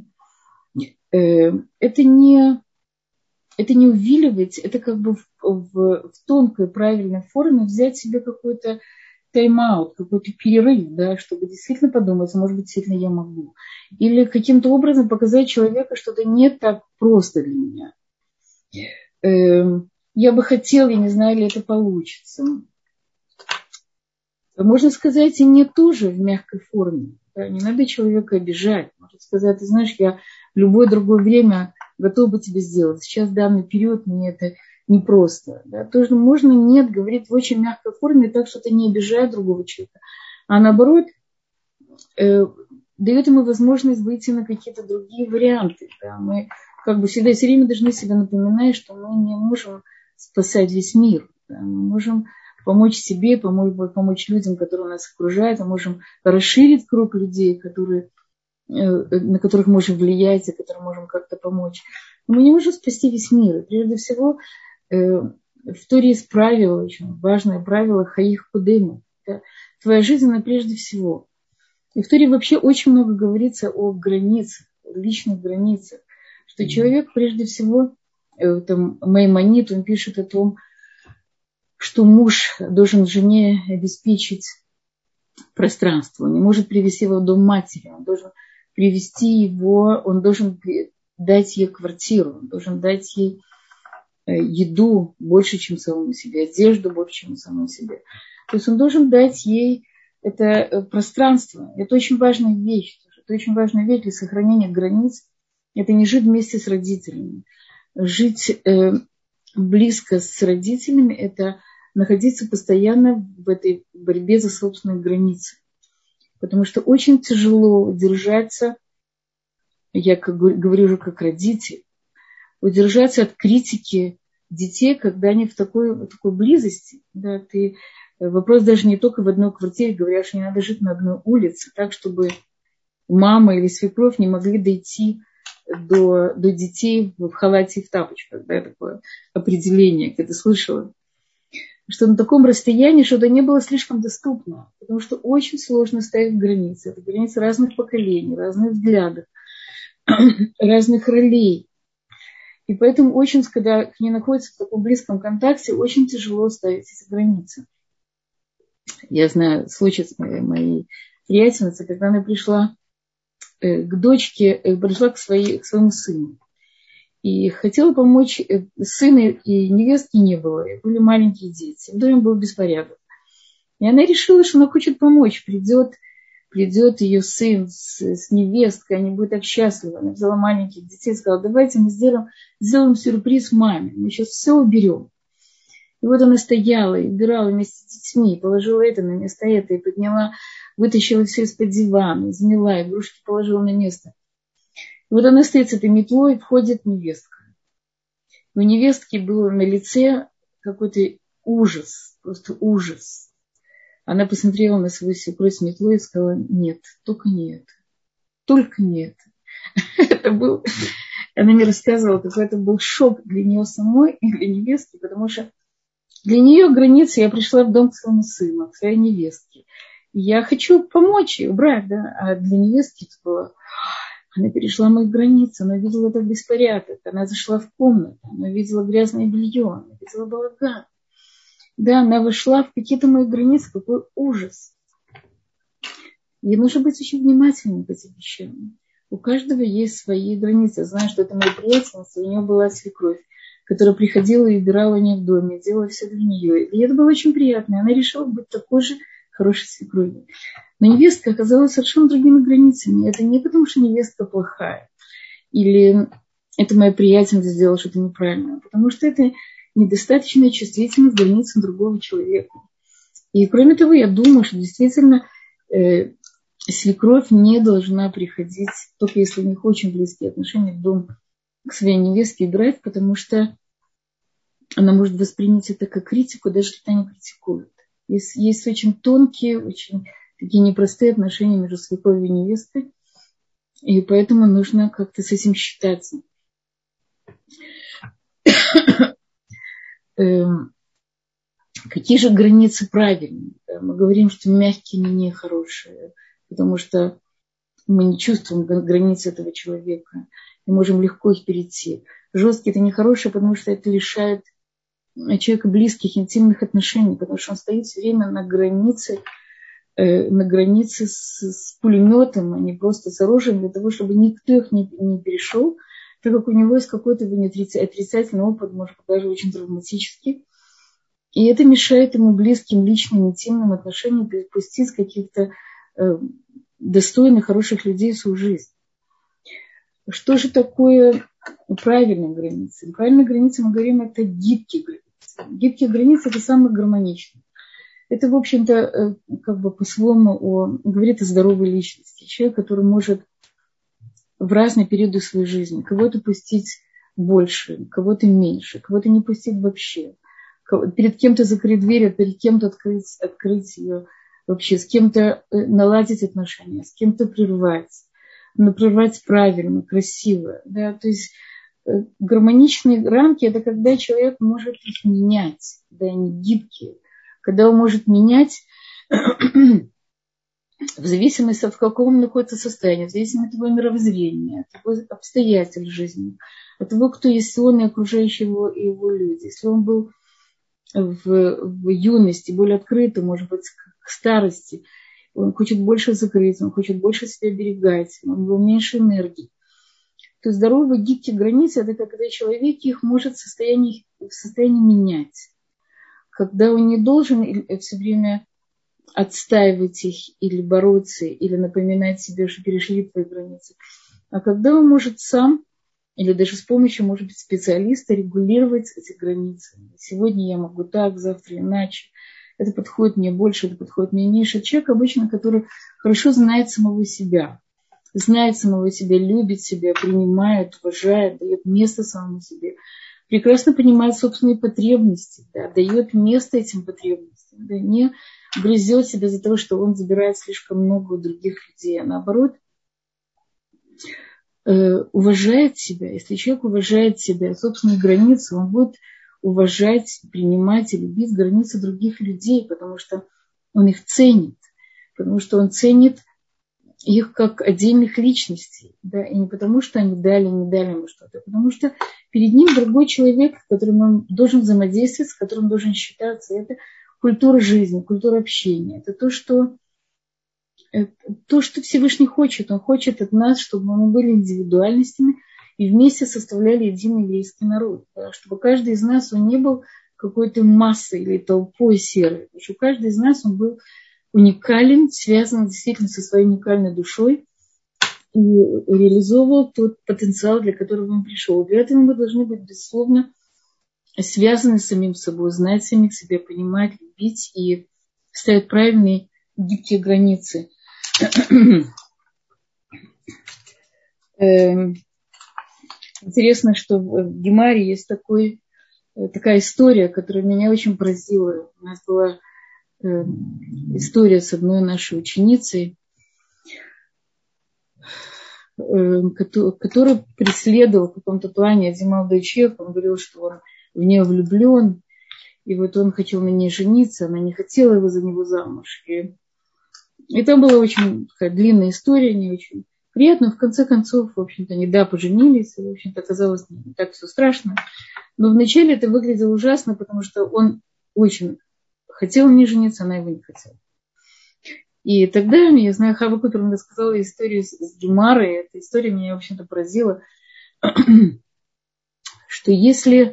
Это не увиливать, это как бы в тонкой, правильной форме взять себе какой-то тайм-аут, какой-то перерыв, да, чтобы действительно подумать, может быть, действительно я могу. Или каким-то образом показать человеку, что это не так просто для меня. Я бы хотела, я не знаю, ли это получится. Можно сказать и не тоже в мягкой форме. Да, не надо человека обижать. Можно сказать, ты знаешь, я в любое другое время готова бы тебе сделать. Сейчас в данный период мне это непросто. Да. Тоже можно «нет» говорить в очень мягкой форме, так что это не обижает другого человека. А наоборот, дает ему возможность выйти на какие-то другие варианты. Да. Мы как бы всегда все время должны себе напоминать, что мы не можем спасать весь мир. Да. Мы можем помочь себе, помочь людям, которые нас окружают, мы можем расширить круг людей, на которых можем влиять, и которым можем как-то помочь. Но мы не можем спасти весь мир. И прежде всего, в Торе есть правило, очень важное правило хаих кудему. Да? Твоя жизнь, она прежде всего. И в Торе вообще очень много говорится о границах, о личных границах, что человек прежде всего, там Маймонид, он пишет о том, что муж должен жене обеспечить пространство. Он не может привести его в дом матери. Он должен он должен дать ей квартиру, он должен дать ей еду больше, чем самому себе, одежду больше, чем самому себе. То есть он должен дать ей это пространство. Это очень важная вещь. Это очень важная вещь для сохранения границ. Это не жить вместе с родителями. Жить близко с родителями – это находиться постоянно в этой борьбе за собственные границы. Потому что очень тяжело удержаться, я говорю уже как родитель, удержаться от критики детей, когда они в такой близости. Да, вопрос даже не только в одной квартире, говорят, что не надо жить на одной улице, так, чтобы мама или свекровь не могли дойти до детей в халате и в тапочках. Да, такое определение, когда слышала. Что на таком расстоянии что-то не было слишком доступно. Потому что очень сложно ставить границы. Это границы разных поколений, разных взглядов, разных ролей. И поэтому очень, когда к ней находятся в таком близком контакте, очень тяжело ставить эти границы. Я знаю случай с моей приятельницей, когда она пришла к дочке, пришла к своему сыну. И хотела помочь. Сына и невестки не было, были маленькие дети. В доме был беспорядок. И она решила, что она хочет помочь. Придет ее сын с невесткой, они будут так счастливы. Она взяла маленьких детей и сказала: давайте мы сделаем сюрприз маме. Мы сейчас все уберем. И вот она стояла и убирала вместе с детьми, положила это на место это, и подняла, вытащила все из-под дивана, измела, игрушки положила на место. И вот она стоит с этой метлой, входит невестка. У невестки было на лице какой-то ужас, просто ужас. Она посмотрела на свою свекровь с метлой и сказала: нет, только не это. Только не это. Это был... Она мне рассказывала, какой это был шок для нее самой и для невестки, потому что для нее границы, я пришла в дом к своему сыну, к своей невестке. И я хочу помочь ей убрать, да. А для невестки это было... Она перешла мои границы, она видела этот беспорядок, она зашла в комнату, она видела грязное белье, она видела балаган. Да, она вошла в какие-то мои границы, какой ужас. Ей нужно быть очень внимательным к этим вещам. У каждого есть свои границы. Я знаю, что это моя приятельница, у нее была свекровь, которая приходила и убирала у нее в доме, делала все для нее. И это было очень приятно. Она решила быть такой же хорошей свекровью. Но невестка оказалась совершенно другими границами. Это не потому, что невестка плохая, или это моя приятельница сделала что-то неправильное, потому что это недостаточная чувствительность к границам другого человека. И кроме того, я думаю, что действительно свекровь не должна приходить, только если у них очень близкие отношения, в дом к своей невестке играть, потому что она может воспринять это как критику, даже если она не критикует. Есть очень тонкие, очень такие непростые отношения между свекровью и невестой, и поэтому нужно как-то с этим считаться. Какие же границы правильные? Мы говорим, что мягкие не хорошие, потому что мы не чувствуем границ этого человека и можем легко их перейти. Жесткие это нехорошие, потому что это лишает человека близких, интимных отношений, потому что он стоит все время на границе с пулеметом, а не просто с оружием, для того, чтобы никто их не перешел, так как у него есть какой-то отрицательный опыт, может быть, даже очень травматический. И это мешает ему близким, личным, интимным отношениям перепустить каких-то достойных, хороших людей в свою жизнь. Что же такое правильные границы? Правильные границы, мы говорим, это гибкие границы. Гибкие границы – это самые гармоничные. Это, в общем-то, как бы по-своему говорит о здоровой личности. Человек, который может в разные периоды своей жизни кого-то пустить больше, кого-то меньше, кого-то не пустить вообще. Перед кем-то закрыть дверь, а перед кем-то открыть ее вообще, с кем-то наладить отношения, с кем-то прервать, но прервать правильно, красиво. Да? То есть гармоничные рамки – это когда человек может их менять, да, они гибкие, когда он может менять в зависимости от какого он находится состояния, в зависимости от его мировоззрения, от его обстоятельств жизни, от того, кто есть он и окружающие его люди. Если он был в юности более открытый, может быть, к старости, он хочет больше закрыться, он хочет больше себя оберегать, у него меньше энергии. То есть здоровые гибкие границы – это когда человек их может в состоянии менять. Когда он не должен все время отстаивать их или бороться, или напоминать себе, что перешли твои границы. А когда он может сам, или даже с помощью, может быть, специалиста регулировать эти границы. Сегодня я могу так, завтра иначе. Это подходит мне больше, это подходит мне меньше. Человек обычно, который хорошо знает самого себя. Знает самого себя, любит себя, принимает, уважает, дает место самому себе. Прекрасно понимает собственные потребности, да, дает место этим потребностям. Да, не грызет себя за то, что он забирает слишком много у других людей. А наоборот, уважает себя, если человек уважает себя, собственные границы, он будет уважать, принимать и любить границы других людей, потому что он их ценит, потому что он ценит их как отдельных личностей, да, и не потому, что они не дали ему что-то, а потому что перед ним другой человек, с которым он должен взаимодействовать, с которым он должен считаться. Это культура жизни, культура общения. Это то, что Всевышний хочет. Он хочет от нас, чтобы мы были индивидуальностями и вместе составляли единый еврейский народ. Да, чтобы каждый из нас, он не был какой-то массой или толпой серой. Потому что каждый из нас, он был уникален, связан действительно со своей уникальной душой и реализовывал тот потенциал, для которого он пришел. Для этого мы должны быть, безусловно, связаны с самим собой, знать самих себя, понимать, любить и ставить правильные гибкие границы. Интересно, что в Гемаре есть такая история, которая меня очень поразила. У нас была история с одной нашей ученицей, который преследовал в каком-то плане один молодой человек. Он говорил, что он в нее влюблен, и вот он хотел на ней жениться, она не хотела его за него замуж. И там была очень такая длинная история, не очень приятная. В конце концов, в общем-то, они, поженились, и, в общем-то, оказалось не так все страшно. Но вначале это выглядело ужасно, потому что он очень хотел не жениться, она его не хотела. И тогда, я знаю, Хава Купер мне рассказала историю с Гемарой. Эта история меня, в общем-то, поразила, что если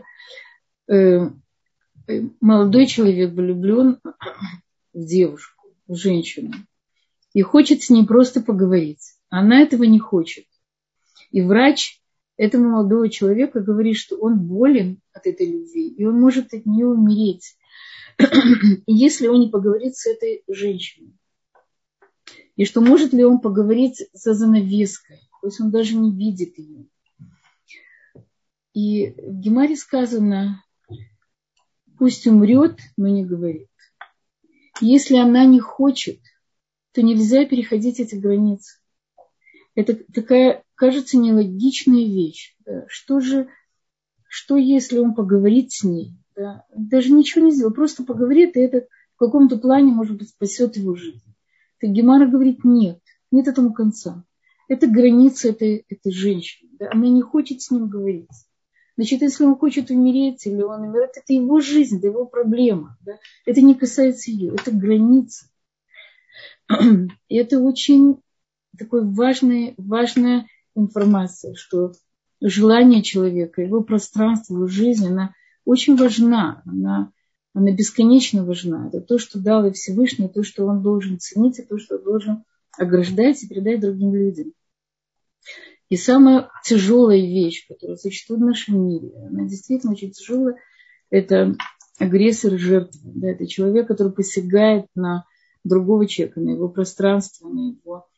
молодой человек влюблен в девушку, в женщину, и хочет с ней просто поговорить, она этого не хочет. И врач этому молодого человека говорит, что он болен от этой любви, и он может от нее умереть, если он не поговорит с этой женщиной. И что может ли он поговорить за занавеской, то есть он даже не видит ее. И в Гемаре сказано, пусть умрет, но не говорит. Если она не хочет, то нельзя переходить эти границы. Это такая, кажется, нелогичная вещь. Да. Что если он поговорит с ней? Да. Даже ничего не сделал, просто поговорит, и это в каком-то плане, может быть, спасет его жизнь. Так Гемара говорит, нет этому конца. Это граница этой женщины. Да. Она не хочет с ним говорить. Значит, если он хочет умереть или он умирает, это его жизнь, это его проблема. Да. Это не касается ее, это граница. И это очень такая важная информация, что желание человека, его пространство, его жизнь, она очень важна, она бесконечно важна. Это то, что дал и Всевышний, то, что он должен ценить, и то, что он должен ограждать и передать другим людям. И самая тяжелая вещь, которая существует в нашем мире, она действительно очень тяжелая, это агрессор и жертва. Да, это человек, который посягает на другого человека, на его пространство, на его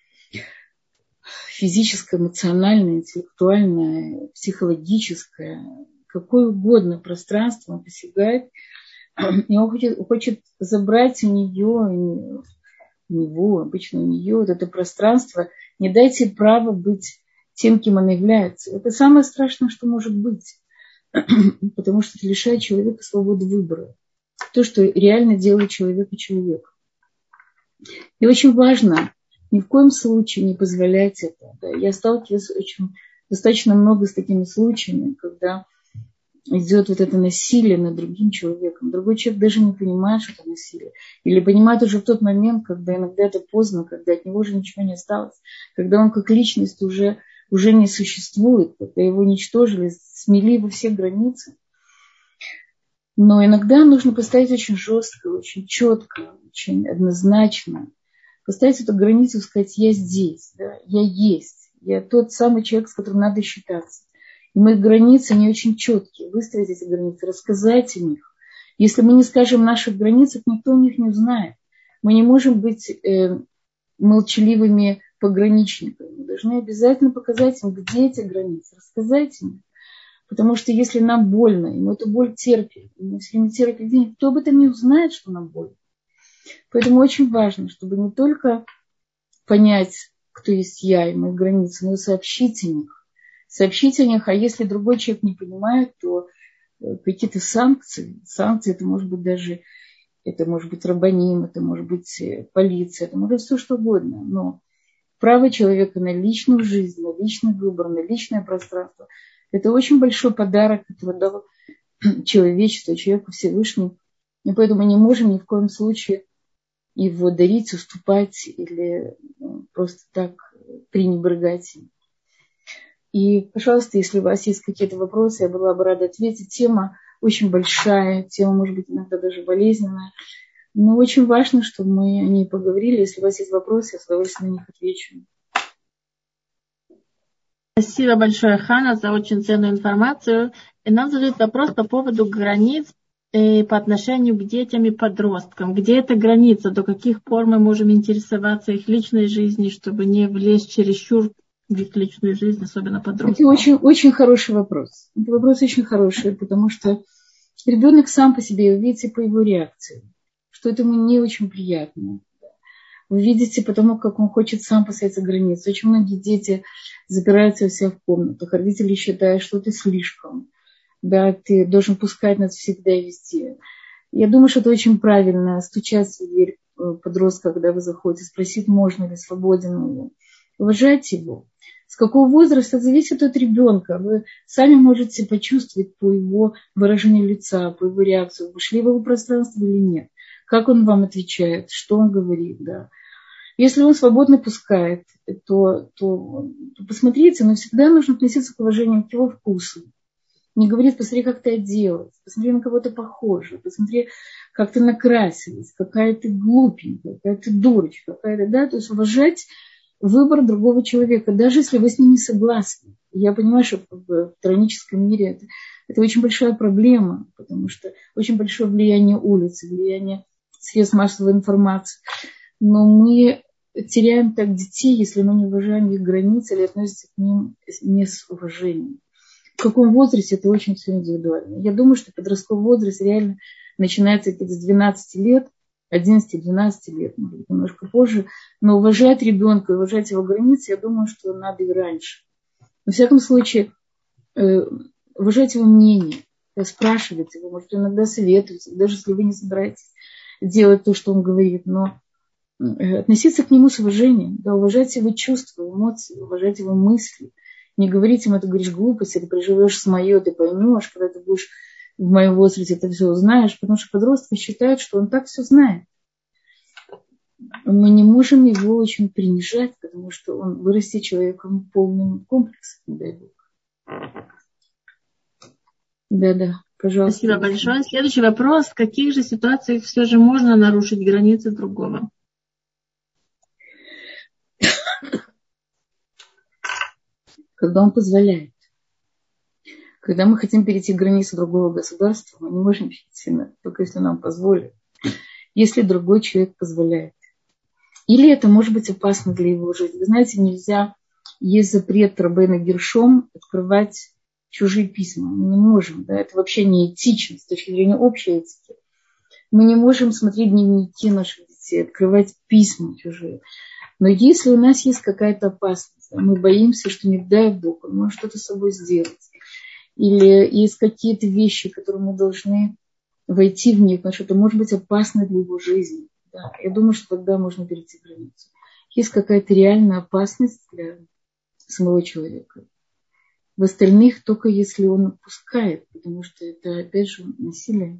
физическое, эмоциональное, интеллектуальное, психологическое, какое угодно пространство он посягает, и он хочет забрать у нее, обычно у нее вот это пространство, не дайте права быть тем, кем она является. Это самое страшное, что может быть, потому что это лишает человека свободы выбора. То, что реально делает человека человеком. И очень важно ни в коем случае не позволять это. Да. Я сталкиваюсь достаточно много с такими случаями, когда идет вот это насилие над другим человеком. Другой человек даже не понимает, что это насилие. Или понимает уже в тот момент, когда иногда это поздно, когда от него уже ничего не осталось, когда он как личность уже не существует, когда его уничтожили, смели во все границы. Но иногда нужно поставить очень жестко, очень четко, очень однозначно. Поставить эту границу и сказать, я здесь, да, я есть. Я тот самый человек, с которым надо считаться. И мои границы, они очень четкие. Выстроить эти границы, рассказать о них. Если мы не скажем о наших границах, никто о них не узнает. Мы не можем быть молчаливыми пограничниками. Мы должны обязательно показать им, где эти границы, рассказать им. Потому что если нам больно, и мы эту боль терпим, и мы все время терпим, никто об этом не узнает, что нам больно. Поэтому очень важно, чтобы не только понять, кто есть я и мои границы, но и сообщить о них. Сообщить о них, а если другой человек не понимает, то какие-то санкции. Санкции это может быть даже, это может быть рабаним, это может быть полиция, это может быть все что угодно. Но право человека на личную жизнь, на личный выбор, на личное пространство – это очень большой подарок, который дал человечеству, человеку Всевышнему. И поэтому мы не можем ни в коем случае его дарить, уступать или просто так пренебрегать им. И, пожалуйста, если у вас есть какие-то вопросы, я была бы рада ответить. Тема очень большая, тема, может быть, иногда даже болезненная. Но очень важно, чтобы мы о ней поговорили. Если у вас есть вопросы, я с удовольствием на них отвечу. Спасибо большое, Хана, за очень ценную информацию. И нам задают вопрос по поводу границ по отношению к детям и подросткам. Где эта граница? До каких пор мы можем интересоваться их личной жизнью, чтобы не влезть чересчур в их личную жизнь, особенно подростков? Это очень, очень хороший вопрос. Это вопрос очень хороший, потому что ребенок сам по себе, вы видите по его реакции, что это ему не очень приятно. Вы видите потому, как он хочет сам поставить границы. Очень многие дети запираются у себя в комнатах. Родители считают, что это слишком. Да, ты должен пускать нас всегда и везде. Я думаю, что это очень правильно. Стучать в дверь подростка, когда вы заходите, спросить, можно ли, свободен он. Уважайте его. С какого возраста зависит от ребенка. Вы сами можете почувствовать по его выражению лица, по его реакции, вошли в его пространство или нет. Как он вам отвечает, что он говорит, да. Если он свободно пускает, то посмотрите, но всегда нужно относиться к уважению к его вкусу. Не говорит, посмотри, как ты оделась, посмотри, на кого ты похожа, посмотри, как ты накрасилась, какая ты глупенькая, какая ты дурочка, какая-то, да, то есть уважать выбор другого человека, даже если вы с ним не согласны. Я понимаю, что в тираническом мире это очень большая проблема, потому что очень большое влияние улицы, влияние средств массовой информации. Но мы теряем так детей, если мы не уважаем их границы или относимся к ним не с уважением. В каком возрасте это очень все индивидуально. Я думаю, что подростковый возраст реально начинается с 12 лет, 11-12 лет, может быть, немножко позже. Но уважать ребенка, уважать его границы, я думаю, что надо и раньше. Во всяком случае, уважать его мнение, спрашивать его, может, иногда советовать, даже если вы не собираетесь делать то, что он говорит, но относиться к нему с уважением, да, уважать его чувства, эмоции, уважать его мысли. Не говорить ему, ты говоришь глупость, ты проживешь с моё, ты поймешь, когда ты будешь в моем возрасте, ты все узнаешь, потому что подростки считают, что он так все знает. Мы не можем его очень принижать, потому что он вырастет человеком полным комплексом, дай Бог. Да, пожалуйста. Спасибо большое. Следующий вопрос. В каких же ситуациях все же можно нарушить границы другого? Когда он позволяет. Когда мы хотим перейти границу другого государства, мы не можем перейти, только если нам позволят. Если другой человек позволяет. Или это может быть опасно для его жизни. Вы знаете, нельзя, есть запрет Рабейна Гершом открывать чужие письма. Мы не можем, да, это вообще не этично с точки зрения общей этики. Мы не можем смотреть дневники наших детей, открывать письма чужие. Но если у нас есть какая-то опасность, мы боимся, что не дай Бог, он может что-то с собой сделать. Или есть какие-то вещи, которые мы должны войти в них, потому что это может быть опасно для его жизни. Да. Я думаю, что тогда можно перейти границу. Есть какая-то реальная опасность для самого человека. В остальных только если он отпускает, потому что это, опять же, насилие.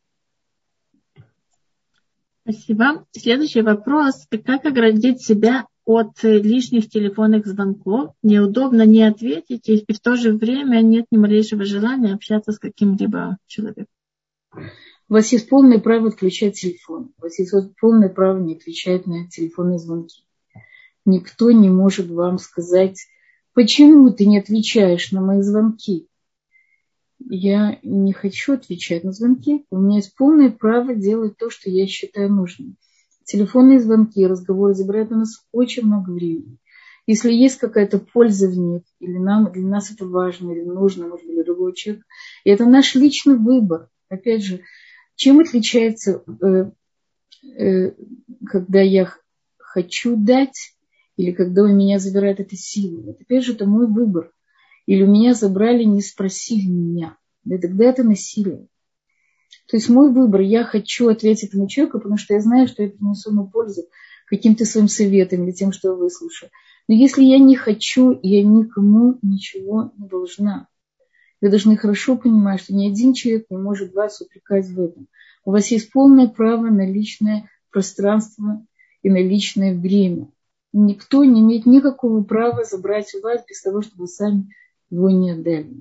Спасибо. Следующий вопрос. Как оградить себя от лишних телефонных звонков? Неудобно не ответить, и в то же время нет ни малейшего желания общаться с каким-либо человеком. У вас есть полное право отключать телефон. У вас есть полное право не отвечать на телефонные звонки. Никто не может вам сказать, почему ты не отвечаешь на мои звонки. Я не хочу отвечать на звонки. У меня есть полное право делать то, что я считаю нужным. Телефонные звонки, разговоры забирают у нас очень много времени. Если есть какая-то польза в них, или для нас это важно, или нужно, может быть, для другого человека, и это наш личный выбор. Опять же, чем отличается, когда я хочу дать или когда у меня забирают это силу. Вот опять же, это мой выбор. Или у меня забрали, не спросили меня. Да тогда это насилие. То есть мой выбор, я хочу ответить этому человеку, потому что я знаю, что я принесу ему пользу каким-то своим советом или тем, что я выслушаю. Но если я не хочу, я никому ничего не должна. Вы должны хорошо понимать, что ни один человек не может вас упрекать в этом. У вас есть полное право на личное пространство и на личное время. Никто не имеет никакого права забрать у вас без того, чтобы вы сами его не отдали.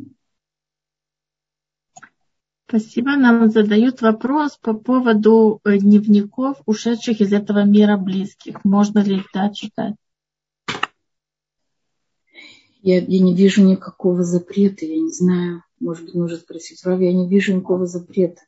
Спасибо. Нам задают вопрос по поводу дневников, ушедших из этого мира близких. Можно ли их читать? Я не вижу никакого запрета, я не знаю, может быть, нужно спросить Рав, я не вижу никакого запрета.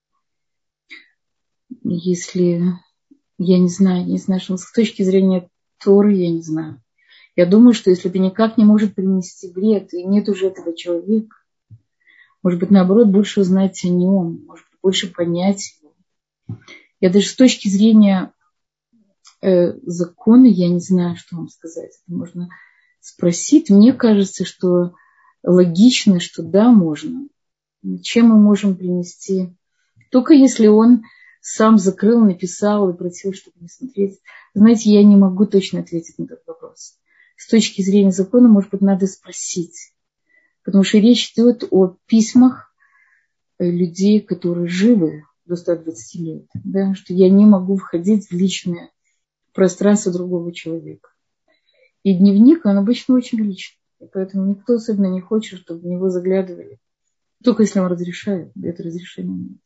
Если, я не знаю, что с точки зрения Торы, я не знаю. Я думаю, что если это никак не может принести вред, и нет уже этого человека, может быть, наоборот, больше узнать о нем, может быть, больше понять его. Я даже с точки зрения закона, я не знаю, что вам сказать. Это можно спросить. Мне кажется, что логично, что да, можно. Чем мы можем принести? Только если он сам закрыл, написал и просил, чтобы не смотреть. Знаете, я не могу точно ответить на этот вопрос. С точки зрения закона, может быть, надо спросить. Потому что речь идет о письмах людей, которые живы до 120 лет. Да? Что я не могу входить в личное пространство другого человека. И дневник, он обычно очень личный. И поэтому никто особенно не хочет, чтобы в него заглядывали. Только если он разрешает. Это разрешение нет.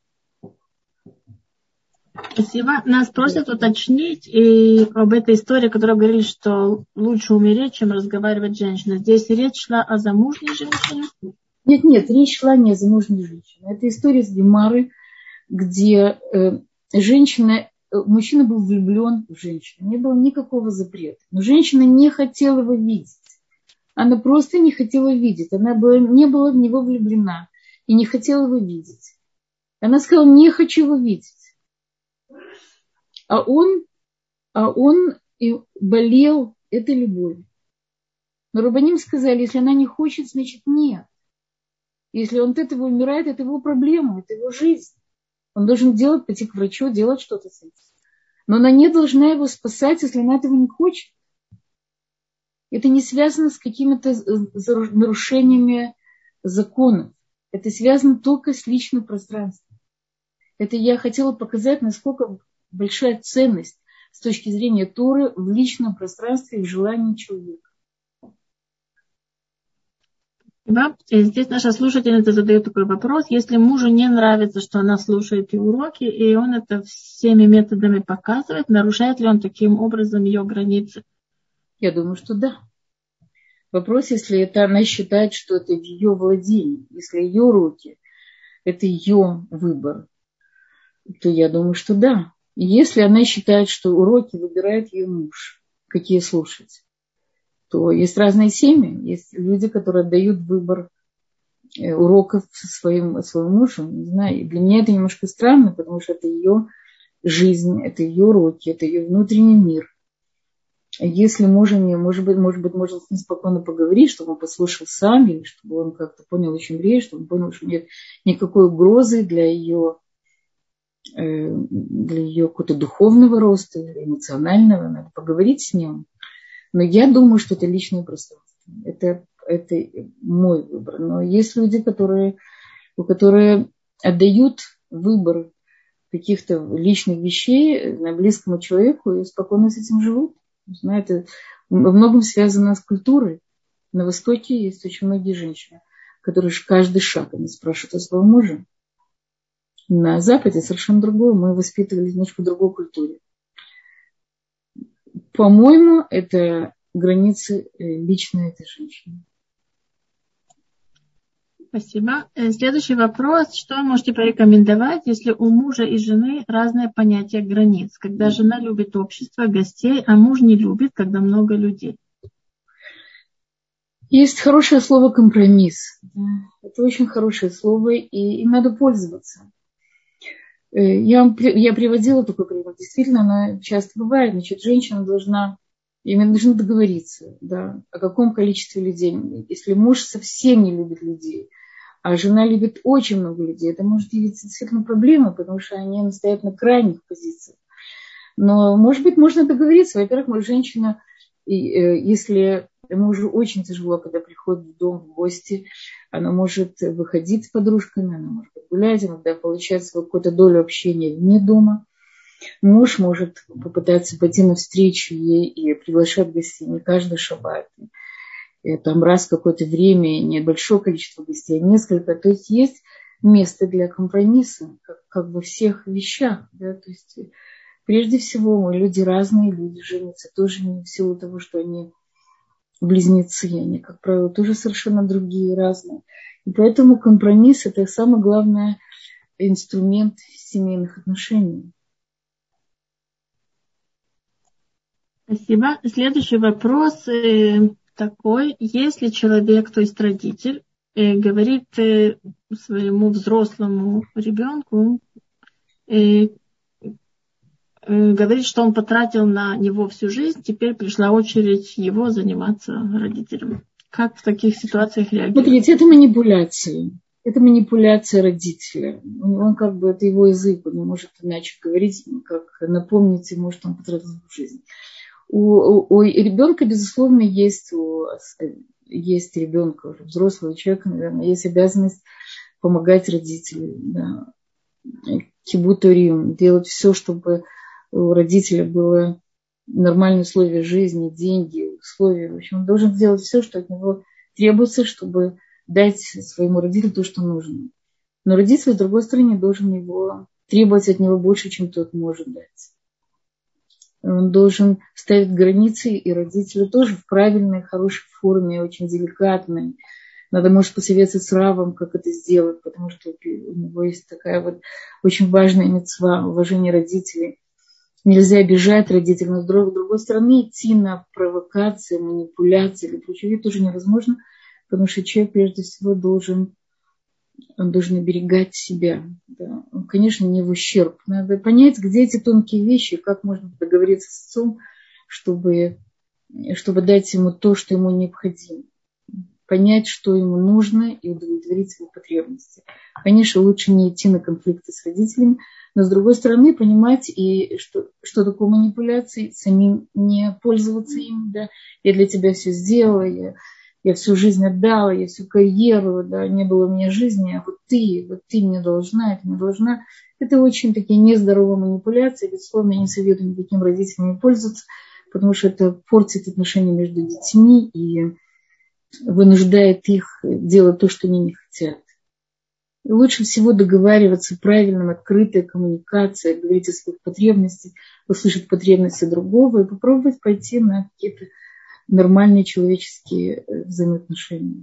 Спасибо. Нас просят уточнить и об этой истории, которая говорили, что лучше умереть, чем разговаривать с женщиной. Здесь речь шла о замужней женщине? Нет, речь шла не о замужней женщине. Это история с Гемары, где мужчина был влюблен в женщину. Не было никакого запрета. Но женщина не хотела его видеть. Она просто не хотела видеть. Она не была в него влюблена и не хотела его видеть. Она сказала, не хочу его видеть. А он и болел этой любовью. Но рабаним сказали, если она не хочет, значит нет. Если он от этого умирает, это его проблема, это его жизнь. Он должен пойти к врачу, делать что-то с этим. Но она не должна его спасать, если она этого не хочет. Это не связано с какими-то нарушениями законов. Это связано только с личным пространством. Это я хотела показать, насколько большая ценность с точки зрения Торы в личном пространстве и в желании человека. Да. И здесь наша слушательница задает такой вопрос. Если мужу не нравится, что она слушает ее уроки, и он это всеми методами показывает, нарушает ли он таким образом ее границы? Я думаю, что да. Вопрос, если это она считает, что это в ее владении, если ее уроки, это ее выбор, то я думаю, что да. И если она считает, что уроки выбирает ее муж, какие слушать, то есть разные семьи. Есть люди, которые отдают выбор уроков своему мужу. Не знаю, для меня это немножко странно, потому что это ее жизнь, это ее уроки, это ее внутренний мир. Если может можно с ним спокойно поговорить, чтобы он послушал сам, или чтобы он как-то понял очень еврея, чтобы он понял, что нет никакой угрозы для ее какого-то духовного роста, эмоционального, надо поговорить с ним. Но я думаю, что это личное пространство. Это мой выбор. Но есть люди, которые отдают выбор каких-то личных вещей на близкому человеку и спокойно с этим живут. Это во многом связано с культурой. На Востоке есть очень многие женщины, которые каждый шаг они спрашивают о своем муже. На Западе совершенно другое. Мы воспитывались немножко в другой культуре. По-моему, это границы личной этой женщины. Спасибо. Следующий вопрос. Что вы можете порекомендовать, если у мужа и жены разное понятие границ? Когда жена любит общество, гостей, а муж не любит, когда много людей. Есть хорошее слово «компромисс». Это очень хорошее слово, и им надо пользоваться. Я приводила такой пример. Действительно, оно часто бывает. Значит, женщина должна Им нужно договориться, да, о каком количестве людей. Если муж совсем не любит людей, а жена любит очень много людей, это может явиться действительно проблемой, потому что они стоят на крайних позициях. Но, может быть, можно договориться. Во-первых, женщина, если мужу очень тяжело, когда приходит в дом, в гости, она может выходить с подружками, она может гулять, иногда получать свою какую-то долю общения вне дома. Муж может попытаться пойти навстречу ей и приглашать гостей не каждый шаббат. И там раз в какое-то время небольшое количество гостей, а несколько. То есть есть место для компромисса, как во всех вещах. Да? То есть прежде всего мы люди разные, люди женятся тоже не в силу того, что они близнецы, они, как правило, тоже совершенно другие, разные. И поэтому компромисс – это самый главный инструмент семейных отношений. Спасибо. Следующий вопрос такой. Если человек, то есть родитель, говорит своему взрослому ребенку, говорит, что он потратил на него всю жизнь, теперь пришла очередь его заниматься родителем. Как в таких ситуациях реагировать? Смотрите, это манипуляция. Это манипуляция родителя. Он как бы, это его язык, он не может иначе говорить, как напомнить ему, что он потратил жизнь. У ребенка, безусловно, есть ребенка, уже взрослого человека, наверное, есть обязанность помогать родителям, да, кибуториум, делать все, чтобы у родителя было нормальные условия жизни, деньги, условия. В общем, он должен сделать все, что от него требуется, чтобы дать своему родителю то, что нужно. Но родитель, с другой стороны, должен требовать от него больше, чем тот может дать. Он должен ставить границы, и родителю тоже в правильной, хорошей форме, очень деликатной. Надо, может, посоветовать с равом, как это сделать, потому что у него есть такая вот очень важная мицва, уважение родителей. Нельзя обижать родителей, но с другой стороны идти на провокации, манипуляции или прочее тоже невозможно, потому что человек прежде всего должен оберегать себя. Да. Он, конечно, не в ущерб. Надо понять, где эти тонкие вещи, как можно договориться с отцом, чтобы дать ему то, что ему необходимо. Понять, что ему нужно, и удовлетворить его потребности. Конечно, лучше не идти на конфликты с родителями, но, с другой стороны, понимать, что такое манипуляции, самим не пользоваться им. Да. Я для тебя все сделала, я всю жизнь отдала, я всю карьеру, да, не было у меня жизни, а вот ты мне должна, это не должна. Это очень такие нездоровые манипуляции. Безусловно, я не советую никаким родителям пользоваться, потому что это портит отношения между детьми и вынуждает их делать то, что они не хотят. И лучше всего договариваться правильно, открытая коммуникация, говорить о своих потребностях, услышать потребности другого и попробовать пойти на какие-то нормальные человеческие взаимоотношения.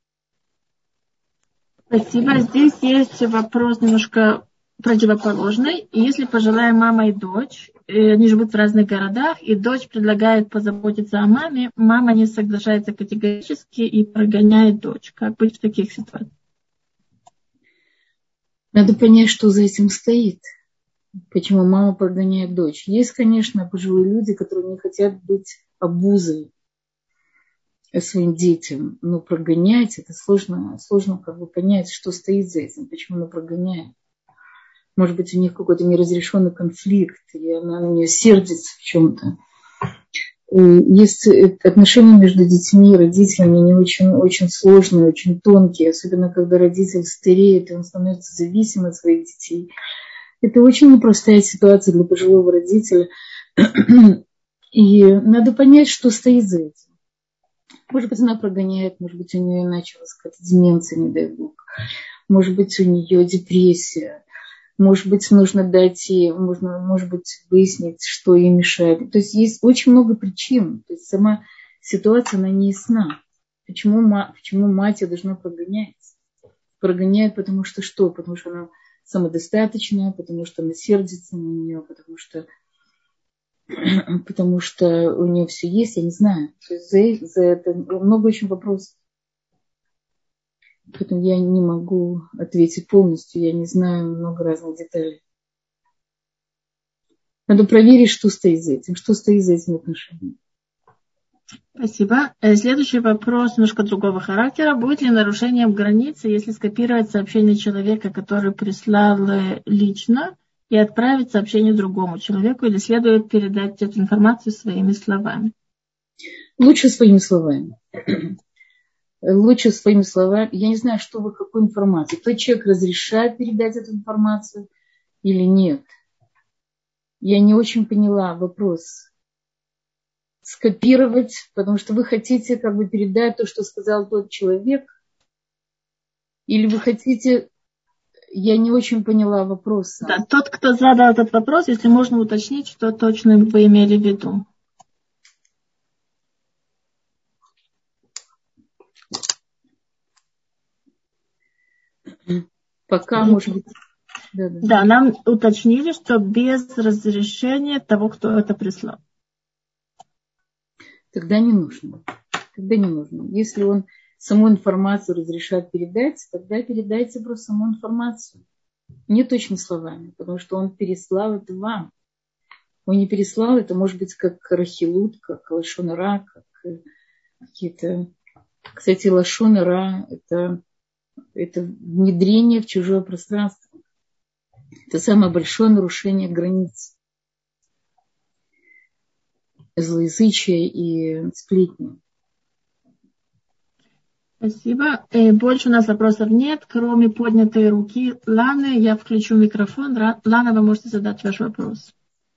Спасибо. Здесь есть вопрос немножко противоположный. Если пожилая мама и дочь, они живут в разных городах, и дочь предлагает позаботиться о маме, мама не соглашается категорически и прогоняет дочь. Как быть в таких ситуациях? Надо понять, что за этим стоит. Почему мама прогоняет дочь. Есть, конечно, пожилые люди, которые не хотят быть обузой своим детям, но прогонять, это сложно как бы понять, что стоит за этим, почему она прогоняет. Может быть, у них какой-то неразрешенный конфликт, и она на нее сердится в чем-то. Есть отношения между детьми и родителями, они очень, очень сложные, очень тонкие, особенно когда родитель стареет, и он становится зависим от своих детей. Это очень непростая ситуация для пожилого родителя. И надо понять, что стоит за этим. Может быть, она прогоняет, может быть, у нее началась какая-то деменция, не дай бог. Может быть, у нее депрессия. Может быть, нужно дать ей, может быть, выяснить, что ей мешает. То есть есть очень много причин. То есть сама ситуация, она не ясна. Почему мать ее должна прогонять? Прогоняет, потому что что? Потому что она самодостаточная, потому что она сердится на нее, потому что у нее все есть, я не знаю. То есть за это много очень вопросов. Поэтому я не могу ответить полностью, я не знаю много разных деталей. Надо проверить, что стоит за этим отношениями. Спасибо. Следующий вопрос немножко другого характера. Будет ли нарушением границы, если скопировать сообщение человека, который прислал лично, и отправить сообщение другому человеку, или следует передать эту информацию своими словами? Лучше своими словами. Лучше своими словами. Я не знаю, что вы, какую информацию. Тот человек разрешает передать эту информацию или нет. Я не очень поняла вопрос. Скопировать, потому что вы хотите как бы передать то, что сказал тот человек, или вы хотите... Я не очень поняла вопрос. Да, тот, кто задал этот вопрос, если можно уточнить, что точно вы имели в виду. Пока, может быть... Да, нам уточнили, что без разрешения того, кто это прислал. Тогда не нужно. Тогда не нужно. Если он саму информацию разрешает передать, тогда передайте просто саму информацию. Не точными словами, потому что он переслал это вам. Он не переслал это, может быть, как рахилут, как лашон ара, как какие-то... Кстати, лашон ара – это внедрение в чужое пространство. Это самое большое нарушение границ. Злоязычие и сплетни. Спасибо. Больше у нас вопросов нет, кроме поднятой руки Ланы. Я включу микрофон. Лана, вы можете задать ваш вопрос.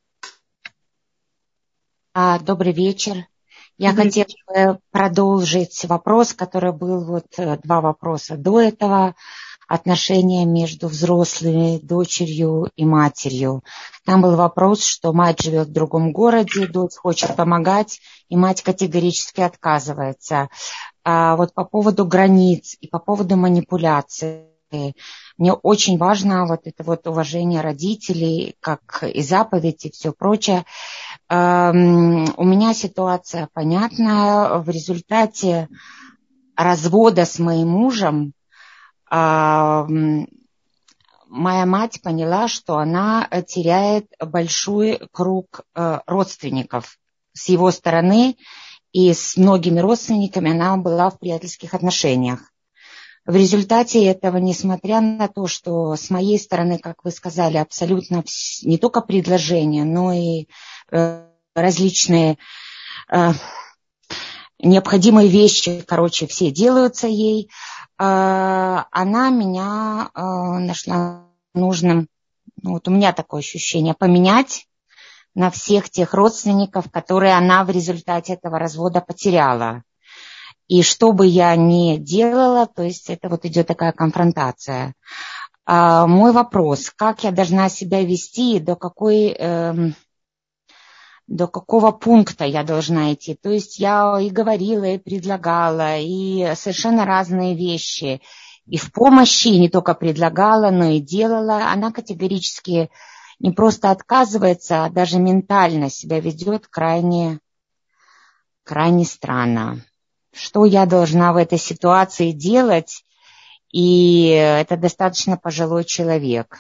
Добрый вечер. Я хотела бы продолжить вопрос, который был два вопроса до этого. Отношения между взрослыми, дочерью и матерью. Там был вопрос, что мать живет в другом городе, дочь хочет помогать, и мать категорически отказывается. По поводу границ и по поводу манипуляции. Мне очень важно это уважение родителей, как и заповедь, и все прочее. У меня ситуация понятная. В результате развода с моим мужем моя мать поняла, что она теряет большой круг родственников с его стороны, и с многими родственниками она была в приятельских отношениях. В результате этого, несмотря на то, что с моей стороны, как вы сказали, абсолютно не только предложения, но и различные необходимые вещи, все делаются ей, она меня нашла нужным, у меня такое ощущение, поменять на всех тех родственников, которые она в результате этого развода потеряла. И что бы я ни делала, то есть это идет такая конфронтация. Мой вопрос, как я должна себя вести, до какого пункта я должна идти. То есть я и говорила, и предлагала, и совершенно разные вещи. И в помощи, и не только предлагала, но и делала. Она категорически не просто отказывается, а даже ментально себя ведет крайне странно. Что я должна в этой ситуации делать? И это достаточно пожилой человек.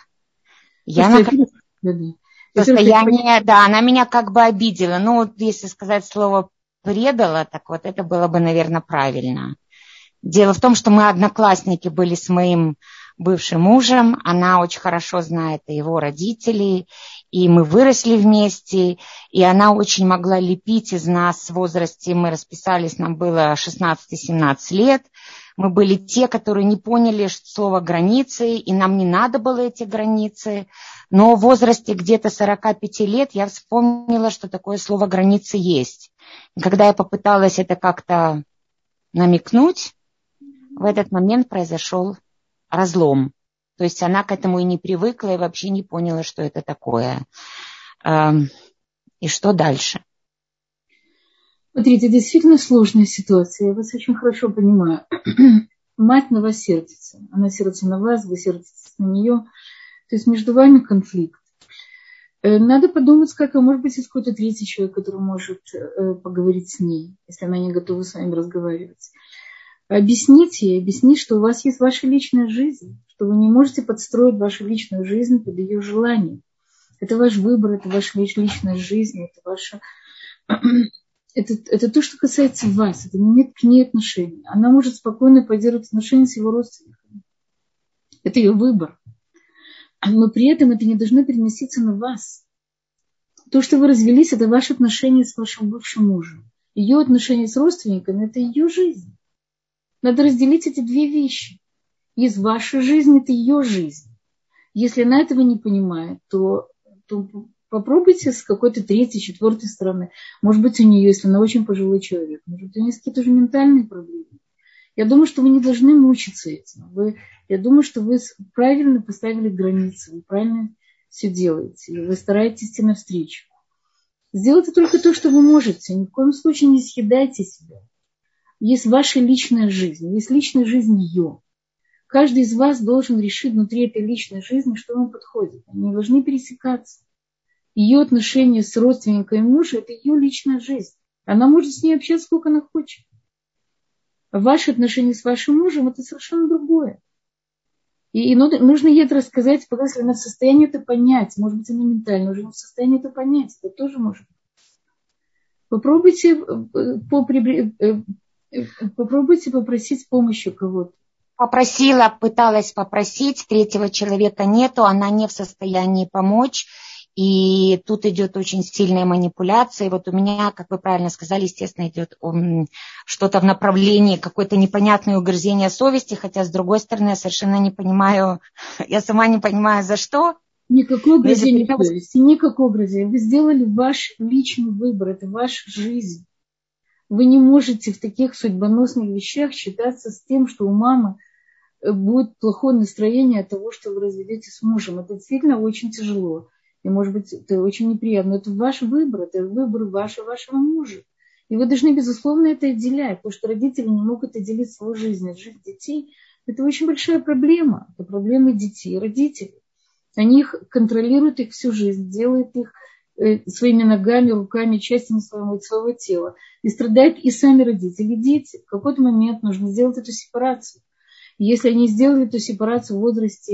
Состояние, да, она меня обидела. Если сказать слово «предала», так это было бы, наверное, правильно. Дело в том, что мы одноклассники были с моим бывшим мужем. Она очень хорошо знает его родителей, и мы выросли вместе, и она очень могла лепить из нас в возрасте. Мы расписались, нам было 16-17 лет. Мы были те, которые не поняли слово «границы», и нам не надо было эти границы. Но в возрасте где-то 45 лет я вспомнила, что такое слово «границы» есть. И когда я попыталась это как-то намекнуть, в этот момент произошел разлом. То есть она к этому и не привыкла, и вообще не поняла, что это такое. И что дальше? Смотрите, действительно сложная ситуация. Я вас очень хорошо понимаю. Мать на вас сердится. Она сердится на вас, вы сердитесь на нее. То есть между вами конфликт. Надо подумать, может быть, есть какой-то третий человек, который может поговорить с ней, если она не готова с вами разговаривать. Объяснить ей, что у вас есть ваша личная жизнь, что вы не можете подстроить вашу личную жизнь под ее желание. Это ваш выбор, это ваша личная жизнь, это ваша это то, что касается вас. Это не имеет к ней отношения. Она может спокойно поддерживать отношения с его родственниками. Это ее выбор. Но при этом это не должно переноситься на вас. То, что вы развелись, это ваши отношения с вашим бывшим мужем. Ее отношения с родственниками – это ее жизнь. Надо разделить эти две вещи. Есть ваша жизнь, это ее жизнь. Если она этого не понимает, то попробуйте с какой-то третьей, четвертой стороны. Может быть, у нее, если она очень пожилой человек, может быть, у нее есть какие-то уже ментальные проблемы. Я думаю, что вы не должны мучиться этим. Я думаю, что вы правильно поставили границы, вы правильно все делаете, вы стараетесь идти навстречу. Сделайте только то, что вы можете. Ни в коем случае не съедайте себя. Есть ваша личная жизнь, есть личная жизнь ее. Каждый из вас должен решить внутри этой личной жизни, что ему подходит. Они не должны пересекаться. Ее отношения с родственниками мужа – это ее личная жизнь. Она может с ней общаться, сколько она хочет. А ваши отношения с вашим мужем – это совершенно другое. И нужно ей это рассказать, пока если она в состоянии это понять. Может быть, она ментально уже не в состоянии это понять. Это тоже может быть. Попробуйте попросить помощи у кого-то. Пыталась попросить, третьего человека нету, она не в состоянии помочь. И тут идет очень сильная манипуляция. И вот у меня, как вы правильно сказали, естественно, идет что-то в направлении какое-то непонятное угрызение совести, хотя, с другой стороны, я совершенно не понимаю, я сама не понимаю, за что. Никакого угрызения совести, никакого угрызения. Вы сделали ваш личный выбор, это ваша жизнь. Вы не можете в таких судьбоносных вещах считаться с тем, что у мамы будет плохое настроение от того, что вы разведетесь с мужем. Это действительно очень тяжело. И, может быть, это очень неприятно. Но это ваш выбор, это выбор вашего мужа. И вы должны, безусловно, это отделять, потому что родители не могут отделить свою жизнь от жизни детей. Это очень большая проблема. Это проблема детей и родителей. Они их контролируют их всю жизнь, делают их своими ногами, руками, частями своего тела. И страдают и сами родители, и дети. В какой-то момент нужно сделать эту сепарацию. Если они сделали эту сепарацию в возрасте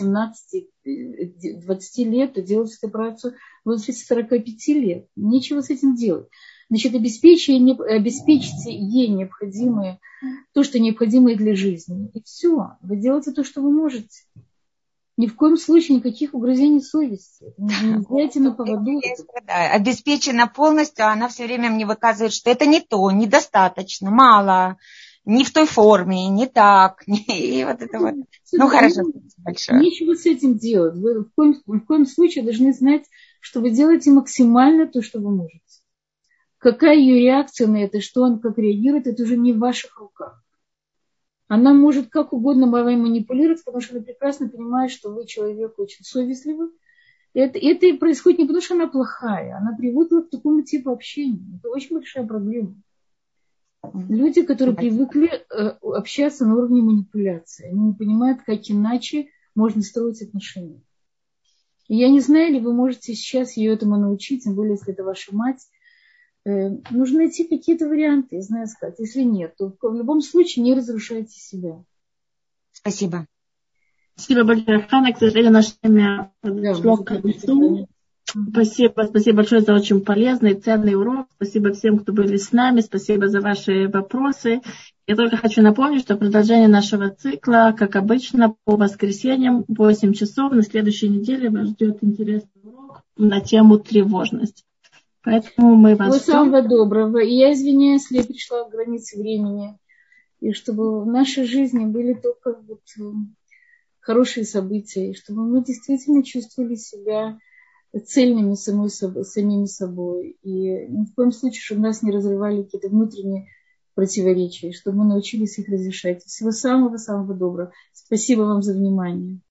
18-20 лет, то делать сепарацию в возрасте 45 лет. Нечего с этим делать. Значит, обеспечьте ей необходимое, то, что необходимо для жизни. И все. Вы делаете то, что вы можете. Ни в коем случае никаких угрызений совести. Не взяйте на поводу. Обеспечена полностью, а она все время мне выказывает, что это не то, недостаточно, мало. Не в той форме, не так. И вот это вот. Ну, хорошо, большое. Нечего с этим делать. Вы в коем случае должны знать, что вы делаете максимально то, что вы можете. Какая ее реакция на это, что он как реагирует, это уже не в ваших руках. Она может как угодно вами манипулировать, потому что она прекрасно понимает, что вы человек очень совестливый. Это происходит не потому, что она плохая. Она привыкла к такому типу общения. Это очень большая проблема. Люди, которые привыкли общаться на уровне манипуляции, они не понимают, как иначе можно строить отношения. И я не знаю, ли вы можете сейчас ее этому научить, тем более, если это ваша мать. Нужно найти какие-то варианты, я знаю сказать. Если нет, то в любом случае не разрушайте себя. Спасибо. Спасибо большое, Хана. К сожалению, наше время подошло к концу. Спасибо большое за очень полезный, ценный урок. Спасибо всем, кто были с нами. Спасибо за ваши вопросы. Я только хочу напомнить, что продолжение нашего цикла, как обычно, по воскресеньям в 8 часов на следующей неделе вас ждет интересный урок на тему тревожность. Поэтому мы вас ждем. Всего самого доброго. И я извиняюсь, если я пришла к границе времени. И чтобы в нашей жизни были только хорошие события. И чтобы мы действительно чувствовали себя цельными самими собой. И ни в коем случае, чтобы нас не разрывали какие-то внутренние противоречия, чтобы мы научились их разрешать. Всего самого-самого доброго. Спасибо вам за внимание.